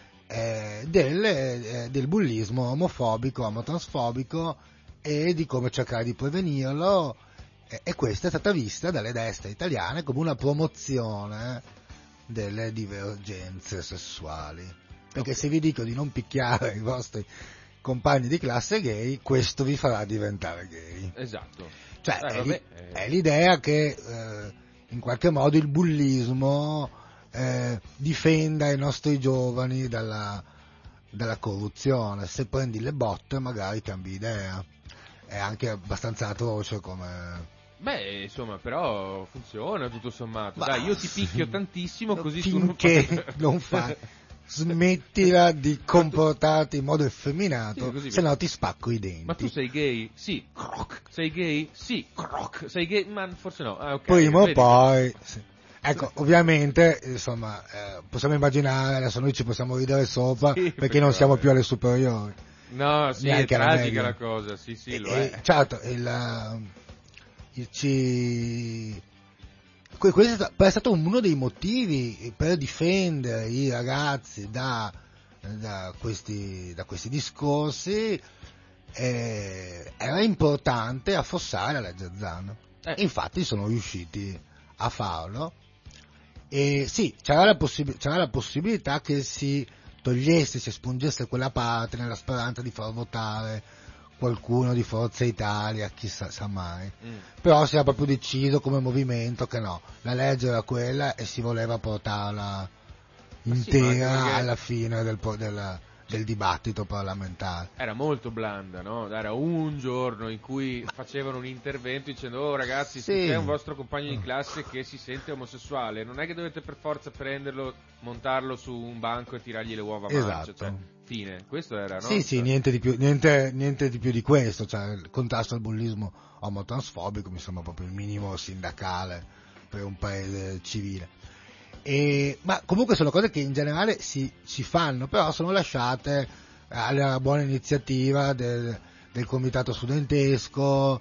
del bullismo omofobico, omotransfobico, e di come cercare di prevenirlo, e questa è stata vista dalle destre italiane come una promozione delle divergenze sessuali, perché se vi dico di non picchiare i vostri compagni di classe gay, questo vi farà diventare gay. Esatto. Cioè, è l'idea che in qualche modo il bullismo difenda i nostri giovani della corruzione. Se prendi le botte magari cambi idea. È anche abbastanza atroce come... Beh, insomma, però funziona tutto sommato. Ma- Dai, io ti picchio tantissimo così tu finché non fai, smettila di comportarti in modo effeminato, Sì, così se no ti spacco i denti. Ma tu sei gay? Sì. Sei gay? Sì. Sei gay? Ma forse no. Ah, ok. Prima o Vedi? poi... sì. Ecco, ovviamente, insomma, possiamo immaginare, adesso noi ci possiamo ridere sopra, Sì, perché non siamo vabbè. più alle superiori. No, sì, è Neanche alla tragica media. la cosa. Sì, sì, lo E- è. certo, questo è stato uno dei motivi per difendere i ragazzi da questi discorsi. Era importante affossare la legge Zan. Infatti sono riusciti a farlo. E sì, c'era la possibilità che si togliesse, si espungesse quella parte nella speranza di far votare qualcuno di Forza Italia, chissà sa mai. Però si era proprio deciso come movimento che no, la legge era quella e si voleva portarla intera ma anche perché alla fine del dibattito parlamentare. Era molto blanda, no? Era un giorno in cui facevano un intervento dicendo: oh ragazzi, se Sì. c'è un vostro compagno di classe che si sente omosessuale, non è che dovete per forza prenderlo, montarlo su un banco e tirargli le uova a mancia, Esatto. cioè, fine. Questo era, no? Sì, Cioè, niente di più di questo, cioè il contrasto al bullismo omotransfobico mi sembra proprio il minimo sindacale per un paese civile. Ma comunque sono cose che in generale si fanno, però sono lasciate alla buona iniziativa del comitato studentesco.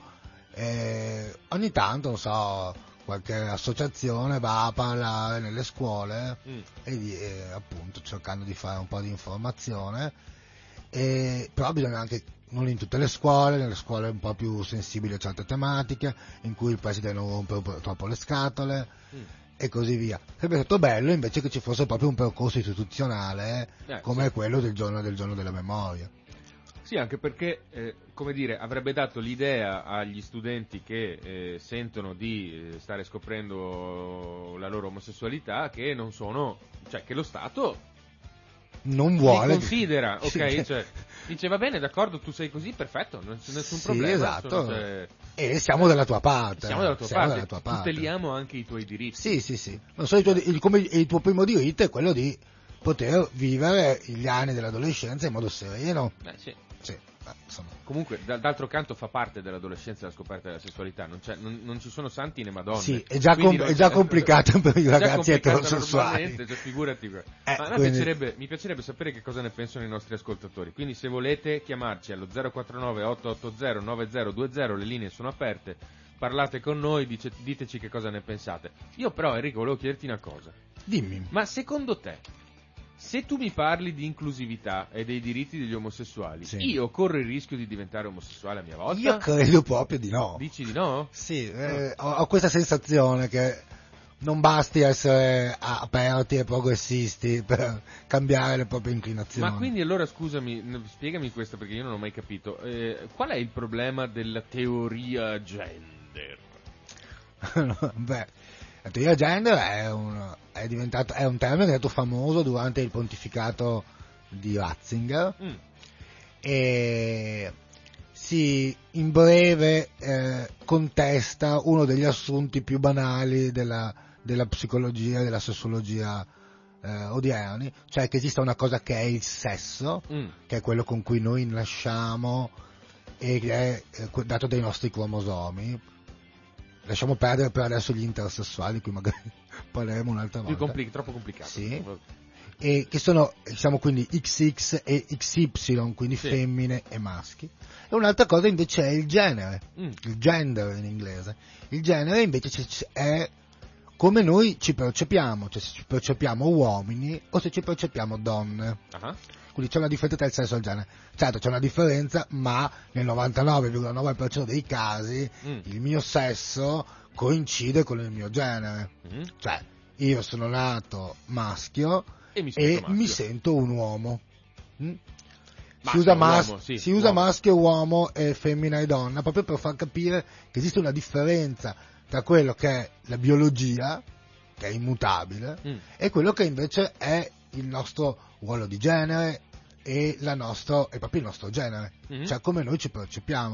Ogni tanto, non so, qualche associazione va a parlare nelle scuole e appunto cercando di fare un po' di informazione, però bisogna anche, non in tutte le scuole, nelle scuole un po' più sensibili a certe tematiche, in cui il preside non rompe troppo le scatole, e così via. Sarebbe stato bello invece che ci fosse proprio un percorso istituzionale come sì. quello del giorno della memoria. Sì, anche perché, come dire, avrebbe dato l'idea agli studenti che sentono di stare scoprendo la loro omosessualità che non sono, cioè che lo Stato Non li vuole considera, ok? Sì. Cioè, dice va bene, d'accordo, tu sei così, perfetto, nessun Sì, problema. esatto. Cioè, E siamo dalla tua parte. siamo dalla tua parte, tuteliamo anche i tuoi diritti. Sì. Non so, il tuo primo diritto è quello di poter vivere gli anni dell'adolescenza in modo sereno. Sì. Sì, insomma. Comunque, d'altro canto fa parte dell'adolescenza la scoperta della sessualità, non ci sono santi né madonne. Sì, è già Quindi non è già c'è- complicato per i è già ragazzi complicata eterosessuali. normalmente, cioè, figurati. Ma a me quindi- mi piacerebbe sapere che cosa ne pensano i nostri ascoltatori. Quindi se volete chiamarci allo 049 880 9020, le linee sono aperte, parlate con noi, diteci che cosa ne pensate. Io però, Enrico, volevo chiederti una cosa. Dimmi. Ma secondo te, se tu mi parli di inclusività e dei diritti degli omosessuali, Sì. io corro il rischio di diventare omosessuale a mia volta? Io credo proprio di no. Dici di no? Sì, ho questa sensazione che non basti essere aperti e progressisti per cambiare le proprie inclinazioni. Ma quindi allora scusami, spiegami questo perché io non ho mai capito. Qual è il problema della teoria gender? Beh, la teoria gender è un termine che è diventato famoso durante il pontificato di Ratzinger e in breve contesta uno degli assunti più banali della psicologia e della sessologia odierni, cioè che esista una cosa che è il sesso, che è quello con cui noi nasciamo e che è dato dai nostri cromosomi. Lasciamo perdere per adesso gli intersessuali, di cui magari parleremo un'altra volta. Troppo complicato. Sì. E che siamo quindi XX e XY, quindi Sì. femmine e maschi. E un'altra cosa invece è il genere, il gender in inglese. Il genere invece è come noi ci percepiamo, cioè se ci percepiamo uomini o se ci percepiamo donne. Ah. Quindi c'è una differenza tra il sesso e il genere. Certo c'è una differenza, ma nel 99,9% dei casi il mio sesso coincide con il mio genere. Cioè io sono nato maschio E mi sento un uomo. Si Maschio, usa uomo. maschio, uomo e femmina e donna proprio per far capire che esiste una differenza tra quello che è la biologia, che è immutabile, e quello che invece è il nostro ruolo di genere, è proprio il nostro genere, cioè come noi ci percepiamo.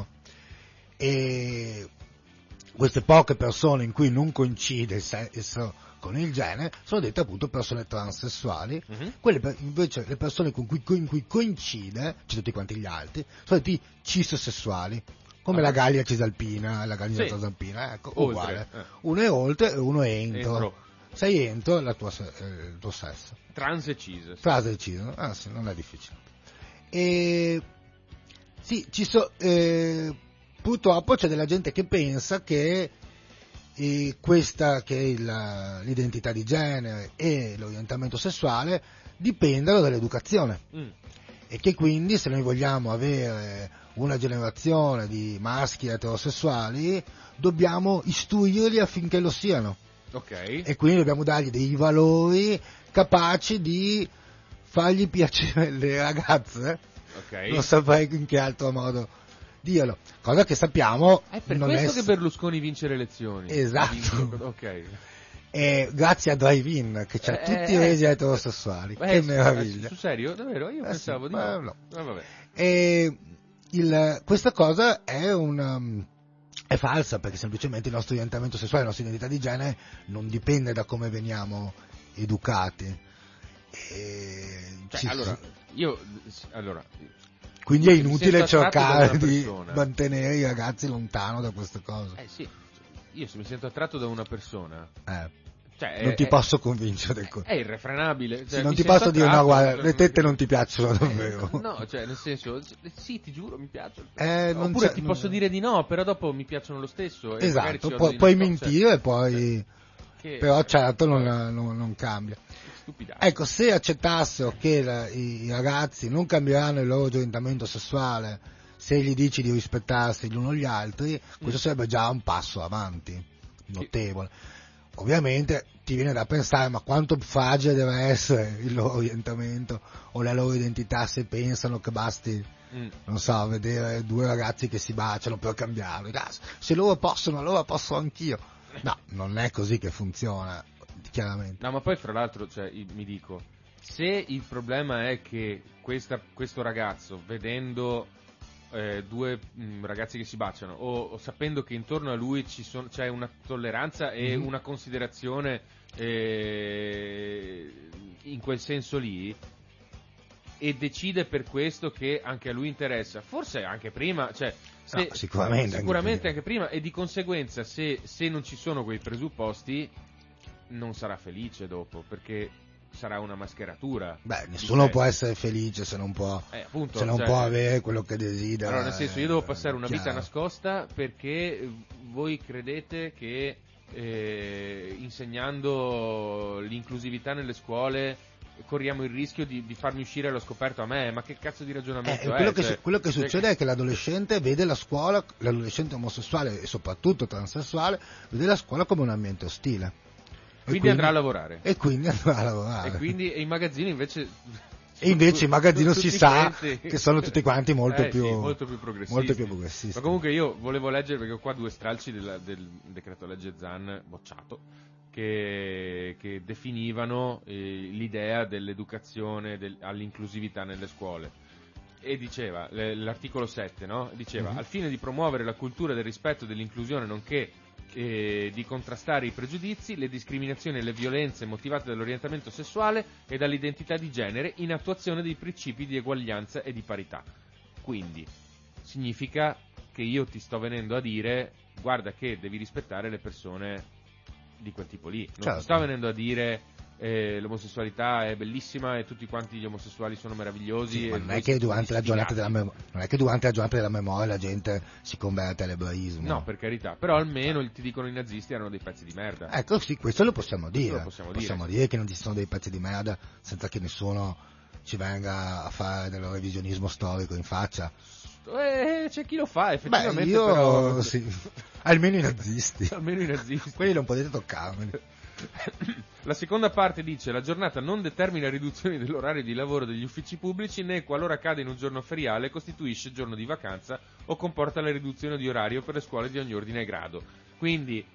E queste poche persone in cui non coincide il sesso con il genere sono dette appunto persone transessuali. Invece le persone in cui coincide, cioè tutti quanti gli altri, sono detti cisessuali, come la Gallia cisalpina, la gallina transalpina, ecco, uguale. Uno è oltre e uno è entro. Sei entro il tuo sesso. Trans e cis. Trans e cis, sì, non è difficile. E sì, purtroppo c'è della gente che pensa che questa che è l'identità di genere e l'orientamento sessuale dipendano dall'educazione e che quindi se noi vogliamo avere una generazione di maschi eterosessuali dobbiamo istruirli affinché lo siano. Okay. E quindi dobbiamo dargli dei valori capaci di fargli piacere le ragazze. Okay. Non saprei in che altro modo dirlo, cosa che sappiamo è per non questo che Berlusconi vince le elezioni. Esatto. Ok. Grazie a Drive-In che c'ha tutti i resi eterosessuali, che meraviglia. Sul serio? Davvero? Io pensavo sì, di no. no. Vabbè. Questa cosa è falsa, perché semplicemente il nostro orientamento sessuale, la nostra identità di genere non dipende da come veniamo educati. Quindi è inutile cercare di mantenere i ragazzi lontano da queste cose. Sì, io se mi sento attratto da una persona, non ti posso convincere. È irrefrenabile. Cioè, non ti posso dire no, guarda, le tette non ti piacciono davvero. No, cioè nel senso, sì, ti giuro, mi piacciono. Oppure ti posso dire di no, però dopo mi piacciono lo stesso. Esatto, puoi mentire, però certo non cambia. Ecco, se accettassero che i ragazzi non cambieranno il loro orientamento sessuale se gli dici di rispettarsi gli uno gli altri, questo sarebbe già un passo avanti notevole. Ovviamente ti viene da pensare, ma quanto fragile deve essere il loro orientamento o la loro identità se pensano che basti, non so, vedere due ragazzi che si baciano per cambiarlo. Se loro possono, allora posso anch'io. No, non è così che funziona, chiaramente. No, ma poi fra l'altro, cioè, mi dico, se il problema è che questo ragazzo, vedendo due ragazzi che si baciano o sapendo che intorno a lui c'è una tolleranza e una considerazione in quel senso lì, e decide per questo che anche a lui interessa, forse anche prima, cioè sicuramente anche prima, e di conseguenza se non ci sono quei presupposti non sarà felice dopo, perché sarà una mascheratura. Nessuno può essere felice se non può può avere quello che desidera. Allora, nel senso, io devo passare una vita nascosta perché voi credete che insegnando l'inclusività nelle scuole corriamo il rischio di farmi uscire allo scoperto a me? Ma che cazzo di ragionamento è? Quello che succede è che l'adolescente vede la scuola, l'adolescente omosessuale e soprattutto transessuale, vede la scuola come un ambiente ostile. Quindi andrà a lavorare. E quindi i magazzini invece... E invece i magazzini si sa che sono tutti quanti molto più progressisti. Ma comunque io volevo leggere, perché ho qua due stralci del decreto legge Zan bocciato, che definivano l'idea dell'educazione all'inclusività nelle scuole. E diceva, l'articolo 7, no? Diceva, al fine di promuovere la cultura del rispetto e dell'inclusione, nonché di contrastare i pregiudizi, le discriminazioni e le violenze motivate dall'orientamento sessuale e dall'identità di genere, in attuazione dei principi di eguaglianza e di parità. Quindi significa che io ti sto venendo a dire, guarda che devi rispettare le persone di quel tipo lì, non ti sto venendo a dire l'omosessualità è bellissima e tutti quanti gli omosessuali sono meravigliosi. Ma non è che durante la giornata della memoria la gente si converte all'ebraismo. No, per carità, però almeno ti dicono i nazisti erano dei pezzi di merda. Ecco, sì, questo lo possiamo dire. Possiamo dire che non ci sono dei pezzi di merda senza che nessuno ci venga a fare del revisionismo storico in faccia. C'è chi lo fa, effettivamente. Però sì. Almeno i nazisti. Quelli non potete toccarmeli. La seconda parte dice: la giornata non determina riduzioni dell'orario di lavoro degli uffici pubblici, né qualora cade in un giorno feriale costituisce giorno di vacanza o comporta la riduzione di orario per le scuole di ogni ordine e grado. Quindi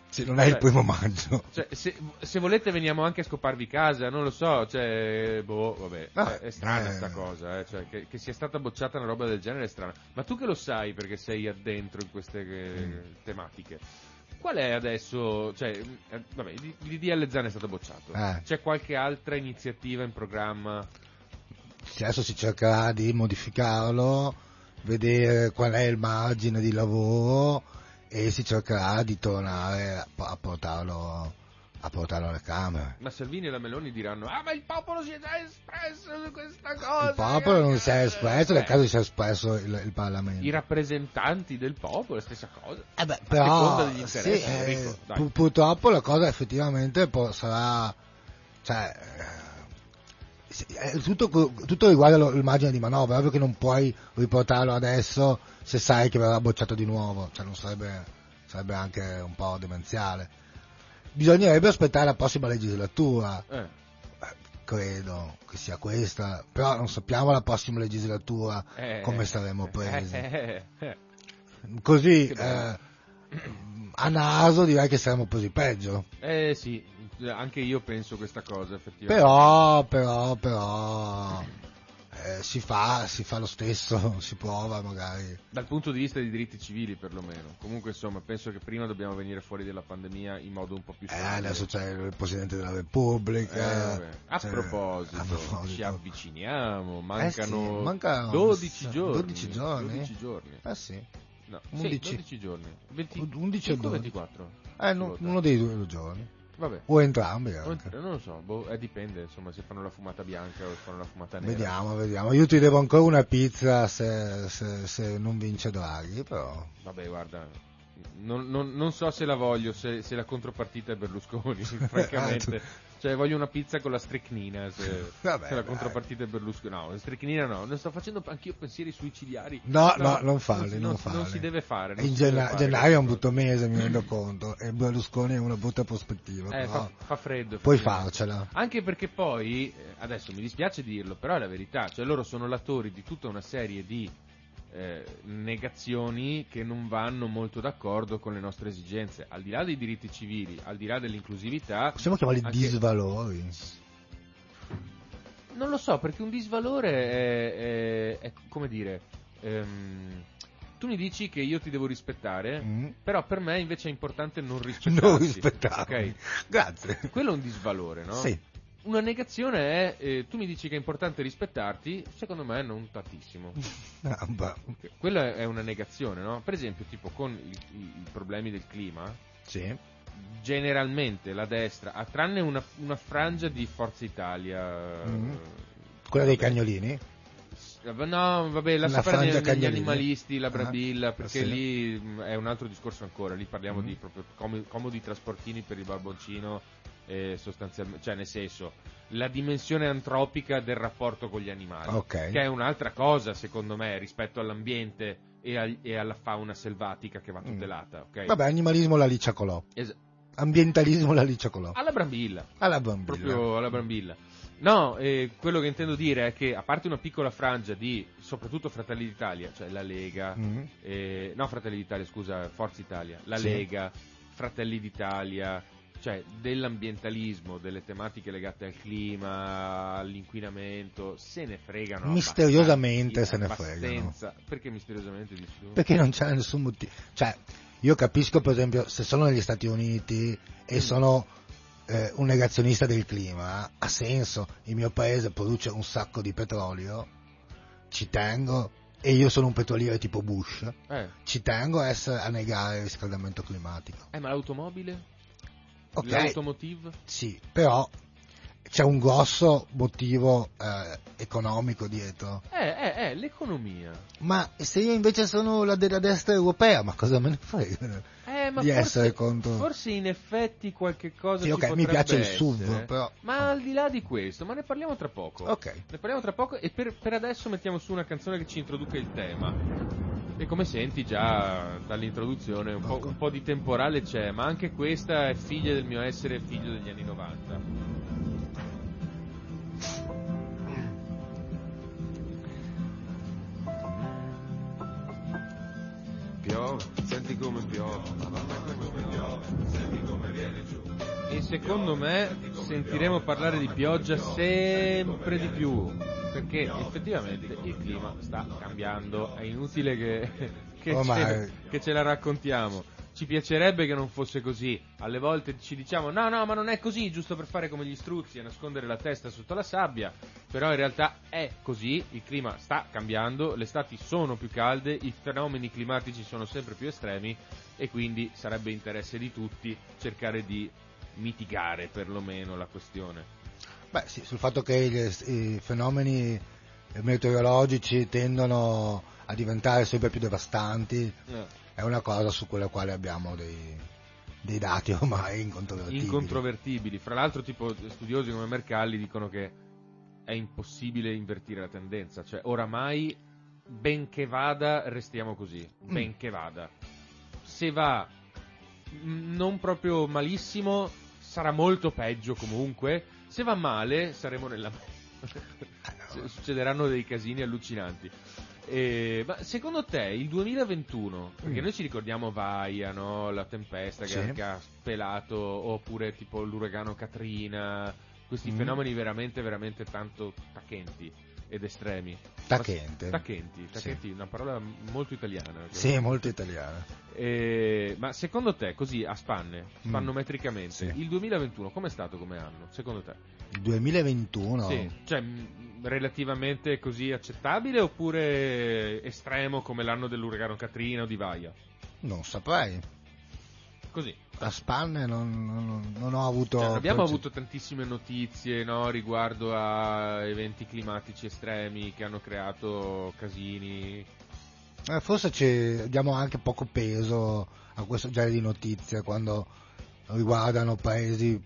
Sì, non è il 1° maggio. Cioè, se volete veniamo anche a scoparvi casa, non lo so, cioè, vabbè, è strana sta cosa, cioè, che sia stata bocciata una roba del genere è strana. Ma tu che lo sai perché sei addentro in queste tematiche, qual è adesso, cioè, vabbè, il DDL Zan è stato bocciato, c'è qualche altra iniziativa in programma? Adesso si cercherà di modificarlo, vedere qual è il margine di lavoro e si cercherà di tornare a portarlo alle Camere. Ma Salvini e la Meloni diranno: ma il popolo si è già espresso su questa cosa. Il popolo non si è espresso, nel caso si è espresso il Parlamento. I rappresentanti del popolo, la stessa cosa. Però degli interessi, purtroppo la cosa effettivamente sarà, cioè, tutto riguarda il margine di manovra, è ovvio che non puoi riportarlo adesso se sai che verrà bocciato di nuovo, cioè non sarebbe anche un po' demenziale. Bisognerebbe aspettare la prossima legislatura, credo che sia questa, però non sappiamo la prossima legislatura come saremo presi. Così a naso direi che saremmo presi peggio. Sì, anche io penso questa cosa effettivamente. Però si fa lo stesso, si prova magari. Dal punto di vista dei diritti civili perlomeno. Comunque insomma penso che prima dobbiamo venire fuori dalla pandemia in modo un po' più serio. Adesso c'è il Presidente della Repubblica. A proposito, ci avviciniamo, mancano manca 12 giorni. 12 giorni? 12 giorni. Sì. No, 11 giorni. 11 o 24? Uno dei 2 giorni. Vabbè. O entrambi anche. Non lo so, dipende, insomma, se fanno la fumata bianca o fanno la fumata nera. Vediamo. Io ti devo ancora una pizza se non vince Draghi, però. Vabbè, guarda, non so se la voglio, se la contropartita è Berlusconi, francamente. Cioè, voglio una pizza con la stricnina, se la contropartita è Berlusconi. No, la stricnina no, ne sto facendo anch'io pensieri suicidiari. No, non farli. Non si deve fare. Gennaio è un brutto mese, mi rendo conto, e Berlusconi è una brutta prospettiva. Fa freddo. Puoi farcela. Anche perché poi, adesso mi dispiace dirlo, però è la verità, cioè loro sono l'attori di tutta una serie di negazioni che non vanno molto d'accordo con le nostre esigenze, al di là dei diritti civili, al di là dell'inclusività. Possiamo chiamarli disvalori? Non lo so, perché un disvalore è come dire, tu mi dici che io ti devo rispettare, però per me invece è importante non rispettarti. Okay? Grazie. Quello è un disvalore, no? Sì. Una negazione è, tu mi dici che è importante rispettarti, secondo me non tantissimo. Quella è una negazione, no? Per esempio, tipo con i problemi del clima, sì. Generalmente la destra, tranne una frangia di Forza Italia, quella dei cagnolini? No, vabbè, lascia fare gli animalisti, la Brambilla, perché sì. Lì è un altro discorso ancora, lì parliamo di proprio comodi trasportini per il barboncino, sostanzialmente, cioè nel senso, la dimensione antropica del rapporto con gli animali, che è un'altra cosa secondo me rispetto all'ambiente e alla fauna selvatica che va tutelata. Okay? Vabbè, animalismo la Licciacolò. Ambientalismo la Licciacolò. Alla Brambilla. Proprio alla Brambilla. No, quello che intendo dire è che a parte una piccola frangia di soprattutto Fratelli d'Italia, cioè la Lega, no Fratelli d'Italia, scusa, Forza Italia, la Lega, Fratelli d'Italia, cioè dell'ambientalismo, delle tematiche legate al clima, all'inquinamento, se ne fregano misteriosamente, se ne fregano. Perché misteriosamente dici tu? Perché non c'è nessun motivo, cioè io capisco per esempio se sono negli Stati Uniti e sono un negazionista del clima, ha senso, il mio paese produce un sacco di petrolio, ci tengo, e io sono un petroliere tipo Bush, ci tengo a negare il riscaldamento climatico. Ma l'automobile? Okay. L'automotive? Sì, però c'è un grosso motivo economico dietro. L'economia. Ma se io invece sono della destra europea, ma cosa me ne frega di essere contro? Forse in effetti qualche cosa sì, ci mi piace essere, il SUV, però. Ma al di là di questo, ma ne parliamo tra poco. Ok. Ne parliamo tra poco e per adesso mettiamo su una canzone che ci introduca il tema. E come senti già dall'introduzione un po' di temporale c'è, ma anche questa è figlia del mio essere figlio degli anni 90. Piove, senti come piove, senti secondo me sentiremo parlare di pioggia sempre di più, perché effettivamente il clima sta cambiando, è inutile che ce la raccontiamo. Ci piacerebbe che non fosse così, alle volte ci diciamo no ma non è così, giusto per fare come gli struzzi e nascondere la testa sotto la sabbia, però in realtà è così, il clima sta cambiando, le estati sono più calde, i fenomeni climatici sono sempre più estremi e quindi sarebbe interesse di tutti cercare di mitigare perlomeno la questione. Beh sì, sul fatto che i fenomeni meteorologici tendono a diventare sempre più devastanti è una cosa su quella quale abbiamo dei dati ormai incontrovertibili. Fra l'altro tipo studiosi come Mercalli dicono che è impossibile invertire la tendenza, cioè oramai benché vada restiamo così, benché vada. Se va non proprio malissimo sarà molto peggio comunque, se va male saremo nella succederanno dei casini allucinanti. Ma secondo te il 2021, perché noi ci ricordiamo Vaia, no? La tempesta che ha spelato, oppure tipo l'uragano Katrina, questi fenomeni veramente veramente tanto tacchenti ed estremi. Tacchenti, sì. Una parola molto italiana. Sì, molto italiana. Ma secondo te, così a spannometricamente, sì. Il 2021 com'è stato come anno, secondo te? Il 2021? Sì, cioè relativamente così accettabile oppure estremo come l'anno dell'uragano Katrina o di Vaia? Non saprei. Così. A spanne non ho avuto... abbiamo avuto tantissime notizie, no, riguardo a eventi climatici estremi che hanno creato casini. Forse diamo anche poco peso a questo genere di notizie quando riguardano paesi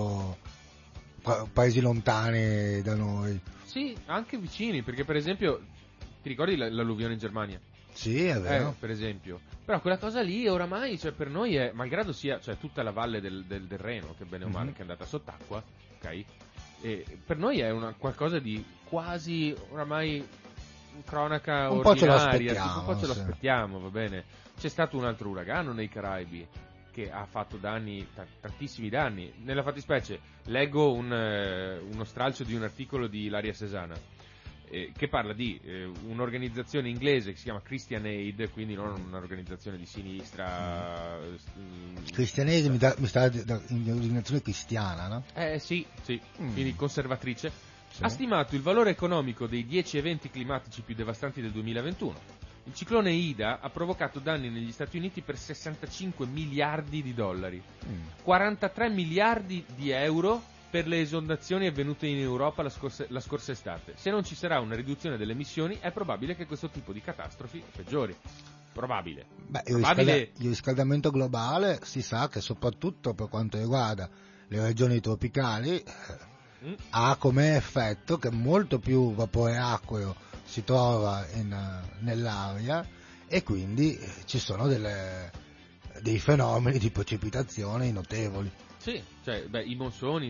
lontani da noi. Sì, anche vicini, perché per esempio ti ricordi l'alluvione in Germania? Sì, è vero. Per esempio. Però quella cosa lì oramai, cioè, per noi è, malgrado sia, cioè, tutta la valle del Reno, che bene o male che è andata sott'acqua, ok? E per noi è qualcosa di quasi oramai cronaca un ordinaria. Un po' ce lo aspettiamo, va bene. C'è stato un altro uragano nei Caraibi che ha fatto danni, tantissimi danni. Nella fattispecie leggo uno stralcio di un articolo di Ilaria Sesana che parla di un'organizzazione inglese che si chiama Christian Aid, quindi non un'organizzazione di sinistra. Christian Aid mi sta in organizzazione cristiana, no? Sì, quindi conservatrice. Sì. Ha stimato il valore economico dei 10 eventi climatici più devastanti del 2021. Il ciclone Ida ha provocato danni negli Stati Uniti per 65 miliardi di dollari, 43 miliardi di euro per le esondazioni avvenute in Europa la scorsa estate. Se non ci sarà una riduzione delle emissioni, è probabile che questo tipo di catastrofi peggiori. Probabile. Il riscaldamento globale si sa che soprattutto per quanto riguarda le regioni tropicali ha come effetto che molto più vapore acqueo si trova nell'aria e quindi ci sono dei fenomeni di precipitazione notevoli. Sì, cioè, i monsoni,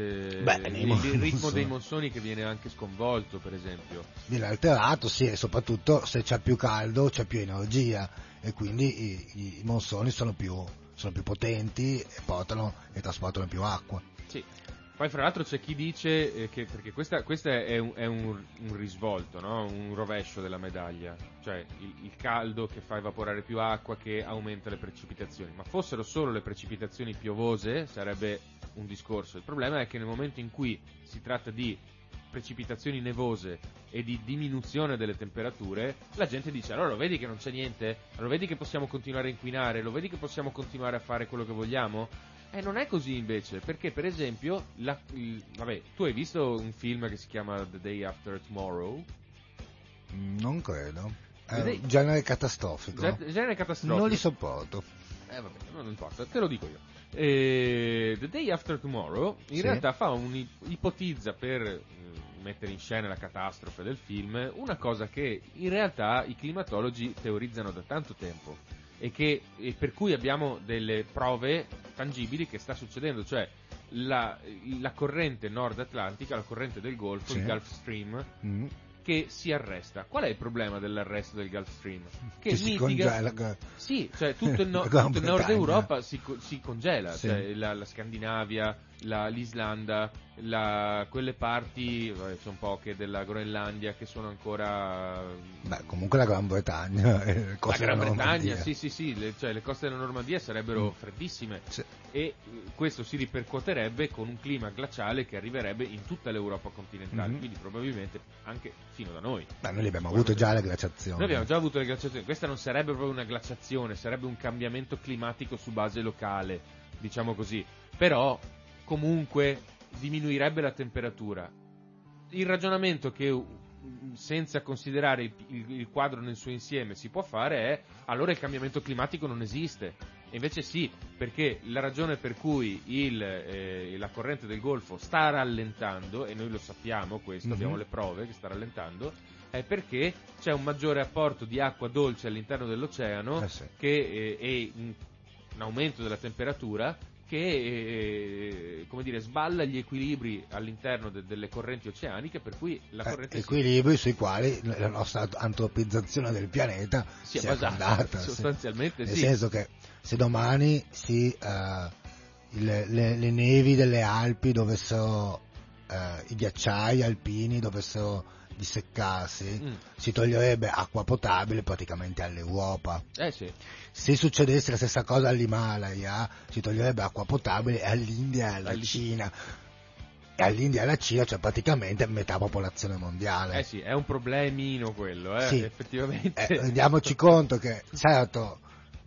il ritmo dei monsoni che viene anche sconvolto, per esempio. Viene alterato, sì, e soprattutto se c'è più caldo c'è più energia e quindi i monsoni sono più potenti e trasportano più acqua. Sì. Poi fra l'altro c'è chi dice che, perché questa è un risvolto, no? Un rovescio della medaglia, cioè il caldo che fa evaporare più acqua che aumenta le precipitazioni, ma fossero solo le precipitazioni piovose sarebbe un discorso. Il problema è che nel momento in cui si tratta di precipitazioni nevose e di diminuzione delle temperature, la gente dice allora lo vedi che non c'è niente? Allora vedi che possiamo continuare a inquinare? Lo vedi che possiamo continuare a fare quello che vogliamo? Non è così invece, perché per esempio, tu hai visto un film che si chiama The Day After Tomorrow? Non credo. È un genere catastrofico. Genere catastrofico. Non li sopporto. Vabbè, non importa, te lo dico io. The Day After Tomorrow in realtà ipotizza per mettere in scena la catastrofe del film una cosa che in realtà i climatologi teorizzano da tanto tempo e per cui abbiamo delle prove tangibili che sta succedendo, cioè la corrente nord atlantica, la corrente del Golfo, il Gulf Stream, che si arresta. Qual è il problema dell'arresto del Gulf Stream? Che si congela. Sì, cioè tutto il nord Europa si congela, sì. Cioè la Scandinavia, l'Islanda, quelle parti, sono poche, della Groenlandia che sono ancora... Beh, comunque la Gran Bretagna, la Gran Bretagna, sì, le coste della Normandia sarebbero freddissime, sì. E questo si ripercuoterebbe con un clima glaciale che arriverebbe in tutta l'Europa continentale, quindi probabilmente anche fino da noi. Beh, noi abbiamo avuto già le glaciazioni. Noi abbiamo già avuto le glaciazioni, questa non sarebbe proprio una glaciazione, sarebbe un cambiamento climatico su base locale, diciamo così, però comunque diminuirebbe la temperatura. Il ragionamento che senza considerare il quadro nel suo insieme si può fare è: allora il cambiamento climatico non esiste. E invece sì, perché la ragione per cui la corrente del Golfo sta rallentando, e noi lo sappiamo questo, abbiamo le prove che sta rallentando, è perché c'è un maggiore apporto di acqua dolce all'interno dell'oceano sì. e un aumento della temperatura che come dire, sballa gli equilibri all'interno delle correnti oceaniche, per cui la corrente equilibri sui quali la nostra antropizzazione del pianeta si è fondata, sostanzialmente sì. Nel senso che se domani le nevi delle Alpi dovessero i ghiacciai alpini dovessero disseccarsi, si toglierebbe acqua potabile praticamente all'Europa. Sì. Se succedesse la stessa cosa all'Himalaya, si toglierebbe acqua potabile all'India e alla Cina. E all'India e alla Cina c'è praticamente metà popolazione mondiale. Sì, è un problemino quello, sì. Effettivamente. Rendiamoci conto che, certo,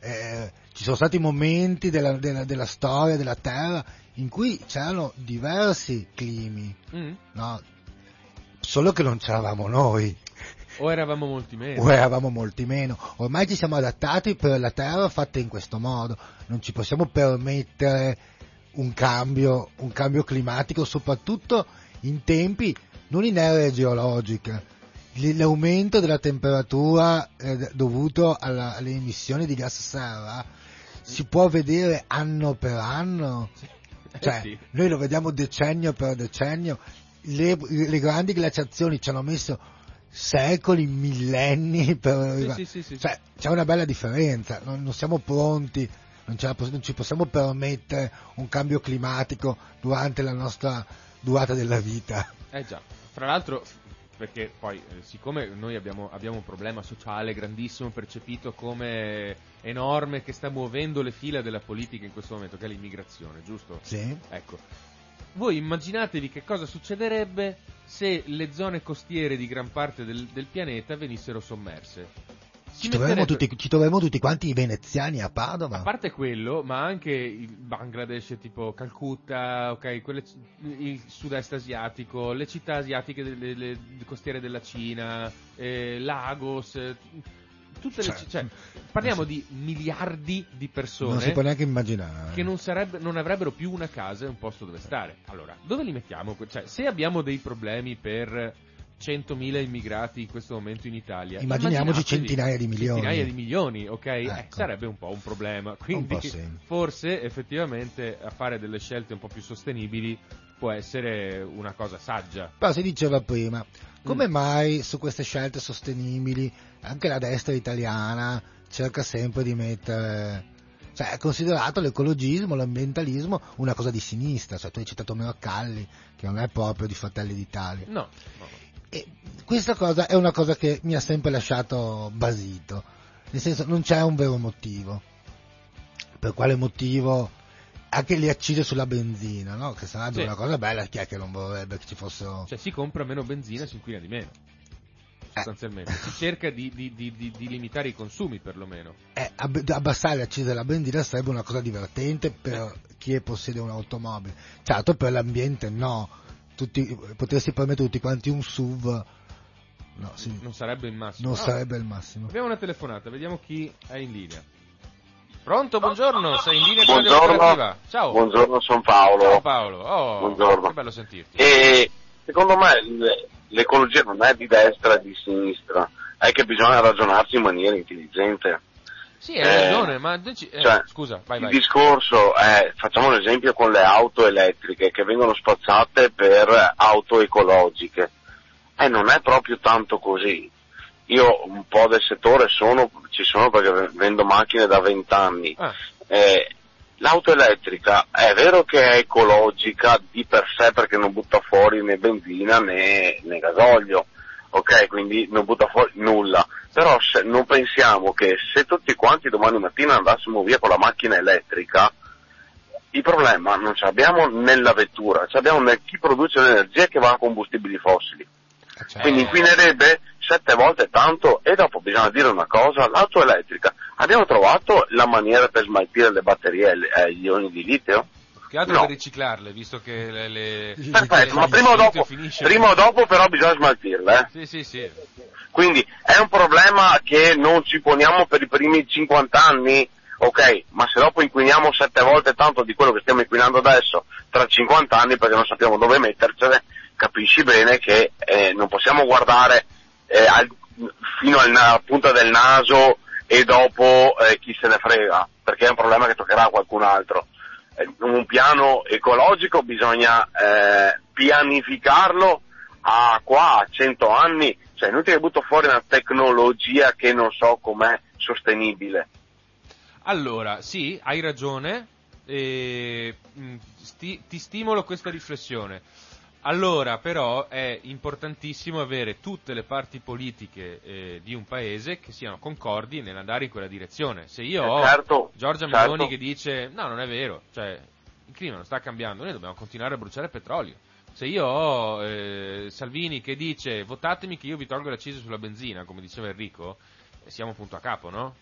ci sono stati momenti della storia della Terra in cui c'erano diversi climi, no? Solo che non c'eravamo noi. O eravamo molti meno. Ormai ci siamo adattati per la Terra fatta in questo modo. Non ci possiamo permettere un cambio climatico, soprattutto in tempi non in aree geologiche. L'aumento della temperatura dovuto alle emissioni di gas serra si può vedere anno per anno. Cioè, sì. Noi lo vediamo decennio per decennio. Le grandi glaciazioni ci hanno messo secoli, millenni per arrivare. Sì. Cioè, c'è una bella differenza, non siamo pronti, non ci possiamo permettere un cambio climatico durante la nostra durata della vita. Già, fra l'altro, perché poi siccome noi abbiamo un problema sociale grandissimo, percepito come enorme, che sta muovendo le fila della politica in questo momento, che è l'immigrazione, giusto? Sì. Ecco. Voi immaginatevi che cosa succederebbe se le zone costiere di gran parte del pianeta venissero sommerse. Ci troveremo tutti quanti i veneziani a Padova. A parte quello, ma anche il Bangladesh, tipo Calcutta, il sud-est asiatico, le città asiatiche delle costiere della Cina, Lagos, tutte cioè, parliamo di miliardi di persone. Non si può neanche immaginare. Che non avrebbero più una casa e un posto dove stare. Allora, dove li mettiamo? Cioè, se abbiamo dei problemi per 100.000 immigrati in questo momento in Italia, immaginiamoci centinaia di milioni, ok? Ecco. Sarebbe un po' un problema. Quindi forse effettivamente a fare delle scelte un po' più sostenibili può essere una cosa saggia. Però si diceva prima, come mai su queste scelte sostenibili anche la destra italiana cerca sempre di mettere, cioè è considerato l'ecologismo, l'ambientalismo una cosa di sinistra, cioè tu hai citato Mercalli che non è proprio di Fratelli d'Italia. No. E questa cosa è una cosa che mi ha sempre lasciato basito, nel senso non c'è un vero motivo. Per quale motivo? Anche le accise sulla benzina, no? Che sarebbe una cosa bella, chi è che non vorrebbe che ci fossero... Cioè si compra meno benzina, si inquina di meno, sostanzialmente. Si cerca di limitare i consumi, perlomeno. Abbassare le accise della benzina sarebbe una cosa divertente per chi possiede un'automobile. Certo, per l'ambiente no. Potersi permettere tutti quanti un SUV... No, sì. Non sarebbe il massimo. Non sarebbe il massimo. Abbiamo una telefonata, vediamo chi è in linea. Pronto, buongiorno, sei in linea con Radio Cooperativa. Ciao. Buongiorno, sono Paolo. Ciao Paolo, buongiorno. Che bello sentirti. E secondo me l'ecologia non è di destra e di sinistra, è che bisogna ragionarci in maniera intelligente. Sì, hai ragione, ma cioè, scusa, vai. Il discorso è, facciamo un esempio con le auto elettriche che vengono spazzate per auto ecologiche. Non è proprio tanto così. Io un po' del settore ci sono perché vendo macchine da 20 anni. L'auto elettrica è vero che è ecologica di per sé perché non butta fuori né benzina né gasolio, ok? Quindi non butta fuori nulla. Però non pensiamo che se tutti quanti domani mattina andassimo via con la macchina elettrica, il problema non ce l'abbiamo nella vettura, ce l'abbiamo nel chi produce l'energia che va a combustibili fossili. Quindi inquinerebbe 7 volte tanto. E dopo bisogna dire una cosa, l'auto elettrica, abbiamo trovato la maniera per smaltire le batterie gli ioni di litio? Che altro No. per riciclarle, visto che Perfetto, ma prima o dopo però bisogna smaltirle. Sì. Quindi è un problema che non ci poniamo per i primi 50 anni, ok, ma se dopo inquiniamo 7 volte tanto di quello che stiamo inquinando adesso, tra 50 anni perché non sappiamo dove mettercene, capisci bene che non possiamo guardare fino alla punta del naso e dopo chi se ne frega, perché è un problema che toccherà a qualcun altro. Un piano ecologico bisogna pianificarlo a 100 anni, cioè è inutile che butto fuori una tecnologia che non so com'è sostenibile. Allora, sì, hai ragione, ti stimolo questa riflessione. Allora, però, è importantissimo avere tutte le parti politiche di un paese che siano concordi nell'andare in quella direzione. Se io ho Giorgia Meloni che dice no, non è vero, cioè il clima non sta cambiando, noi dobbiamo continuare a bruciare petrolio. Se io ho Salvini che dice votatemi che io vi tolgo l'accisa sulla benzina, come diceva Enrico, siamo punto a capo, no?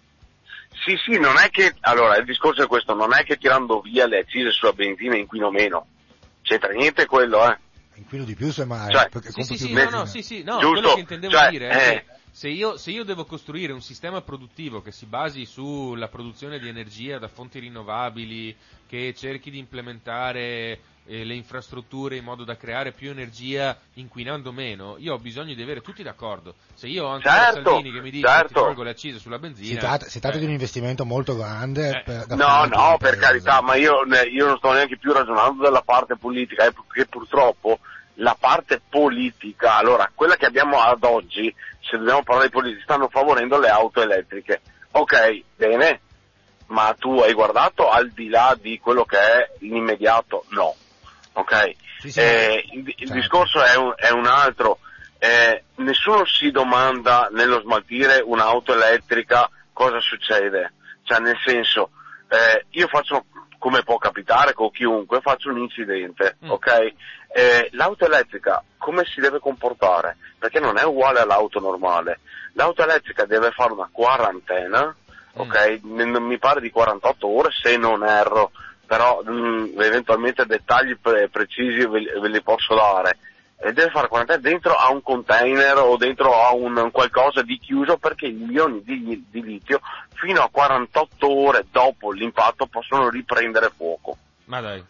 Sì, non è che, allora, il discorso è questo, non è che tirando via le accise sulla benzina inquino meno, c'entra niente quello, Inquino di più semmai, cioè, perché sì, compro sì, più no, giusto, quello che intendevo cioè, dire è che se io devo costruire un sistema produttivo che si basi sulla produzione di energia da fonti rinnovabili, che cerchi di implementare le infrastrutture in modo da creare più energia inquinando meno, io ho bisogno di avere tutti d'accordo. Se io ho ancora Salvini che mi dice ti tolgo le accise sulla benzina, si tratta di un investimento molto grande no, per carità, ma io non sto neanche più ragionando della parte politica, perché purtroppo la parte politica, allora quella che abbiamo ad oggi, se dobbiamo parlare di politica, stanno favorendo le auto elettriche. Ok, bene, ma tu hai guardato al di là di quello che è l'immediato? No. Ok, Sì, il discorso è un altro, nessuno si domanda nello smaltire un'auto elettrica cosa succede, cioè nel senso, io faccio, come può capitare con chiunque, faccio un incidente, ok? L'auto elettrica come si deve comportare? Perché non è uguale all'auto normale, l'auto elettrica deve fare una quarantena, ok? Mi pare di 48 ore se non erro, però eventualmente dettagli precisi ve li posso dare, e deve fare quarantena dentro a un container o dentro a un qualcosa di chiuso, perché gli ioni di litio fino a 48 ore dopo l'impatto possono riprendere fuoco. Ma dai,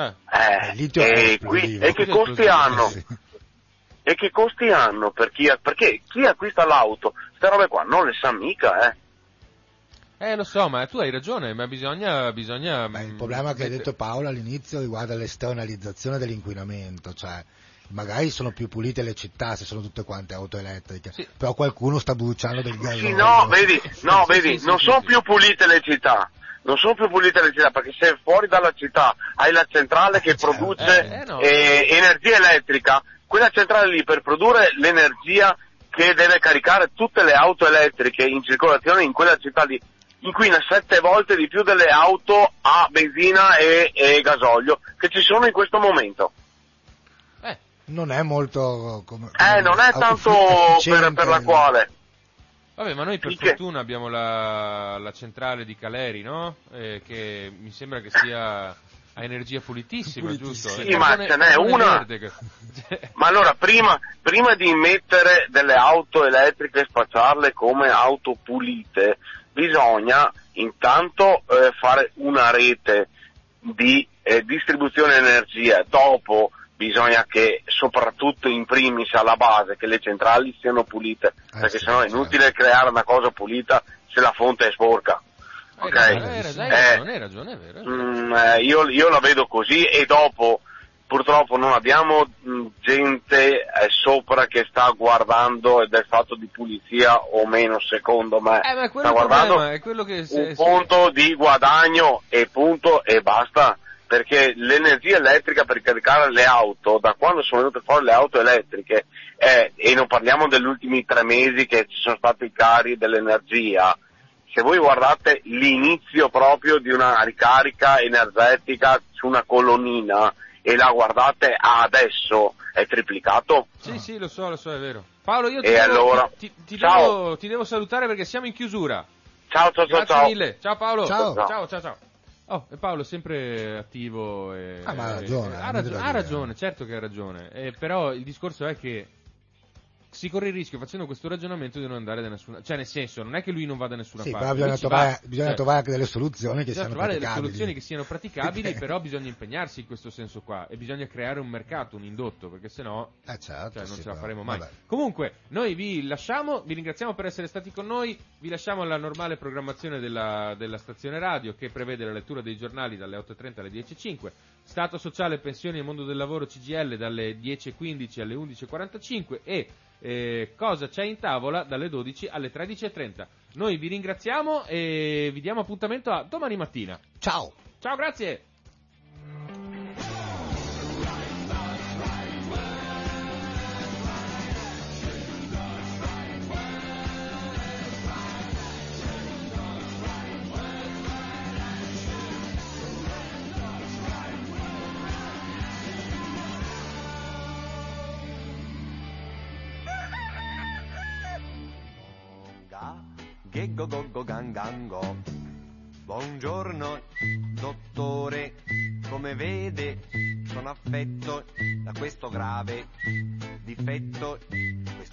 e che costi hanno? E che costi hanno perché chi acquista l'auto, queste robe qua non le sa mica, lo so, ma tu hai ragione, ma bisogna il problema che ha detto Paolo all'inizio riguarda l'esternalizzazione dell'inquinamento, cioè magari sono più pulite le città se sono tutte quante auto elettriche, però qualcuno sta bruciando del gasolio. Vedi, non sono più pulite le città. Non sono più pulite le città, perché se fuori dalla città hai la centrale che produce energia elettrica, quella centrale lì per produrre l'energia che deve caricare tutte le auto elettriche in circolazione in quella città lì inquina 7 volte di più delle auto a benzina e gasolio che ci sono in questo momento. Non è molto non è tanto per la quale. Vabbè, ma noi per fortuna abbiamo la centrale di Caleri, no? Che mi sembra che sia a energia pulitissima, giusto? Sì, ma ce n'è una. Ma allora, prima di mettere delle auto elettriche e spacciarle come auto pulite, bisogna intanto fare una rete di distribuzione energia. Dopo bisogna che, soprattutto in primis alla base, che le centrali siano pulite, perché sennò è inutile creare una cosa pulita se la fonte è sporca. Okay? Hai ragione, è vero. Io la vedo così, e dopo purtroppo non abbiamo gente sopra che sta guardando ed è stato di pulizia o meno, secondo me. Ma Sta guardando è quello che un punto di guadagno e punto e basta, perché l'energia elettrica per caricare le auto, da quando sono venute fuori le auto elettriche, e non parliamo degli ultimi 3 mesi che ci sono stati i cari dell'energia, se voi guardate l'inizio proprio di una ricarica energetica su una colonnina e la guardate adesso, è triplicato. Sì, lo so, è vero. Paolo, io ti devo salutare perché siamo in chiusura. Ciao. Grazie mille. Ciao Paolo. Ciao. Oh, e Paolo è sempre attivo ma ha ragione. Ha ragione, certo che ha ragione. Però il discorso è che si corre il rischio, facendo questo ragionamento, di non andare da nessuna, cioè nel senso, non è che lui non va da nessuna parte. Però bisogna trovare anche delle soluzioni che siano praticabili. Delle soluzioni che siano praticabili, però bisogna impegnarsi in questo senso qua e bisogna creare un mercato, un indotto, perché sennò certo, non ce la faremo mai. Vabbè. Comunque, noi vi lasciamo, vi ringraziamo per essere stati con noi, vi lasciamo alla normale programmazione della stazione radio, che prevede la lettura dei giornali dalle 8:30 alle 10:05, Stato sociale, pensioni e mondo del lavoro CGIL dalle 10:15 alle 11:45 e cosa c'è in tavola dalle 12 alle 13:30. Noi vi ringraziamo e vi diamo appuntamento a domani mattina. Ciao, grazie. Go go go gangango. Buongiorno dottore, come vede sono affetto da questo grave difetto, questo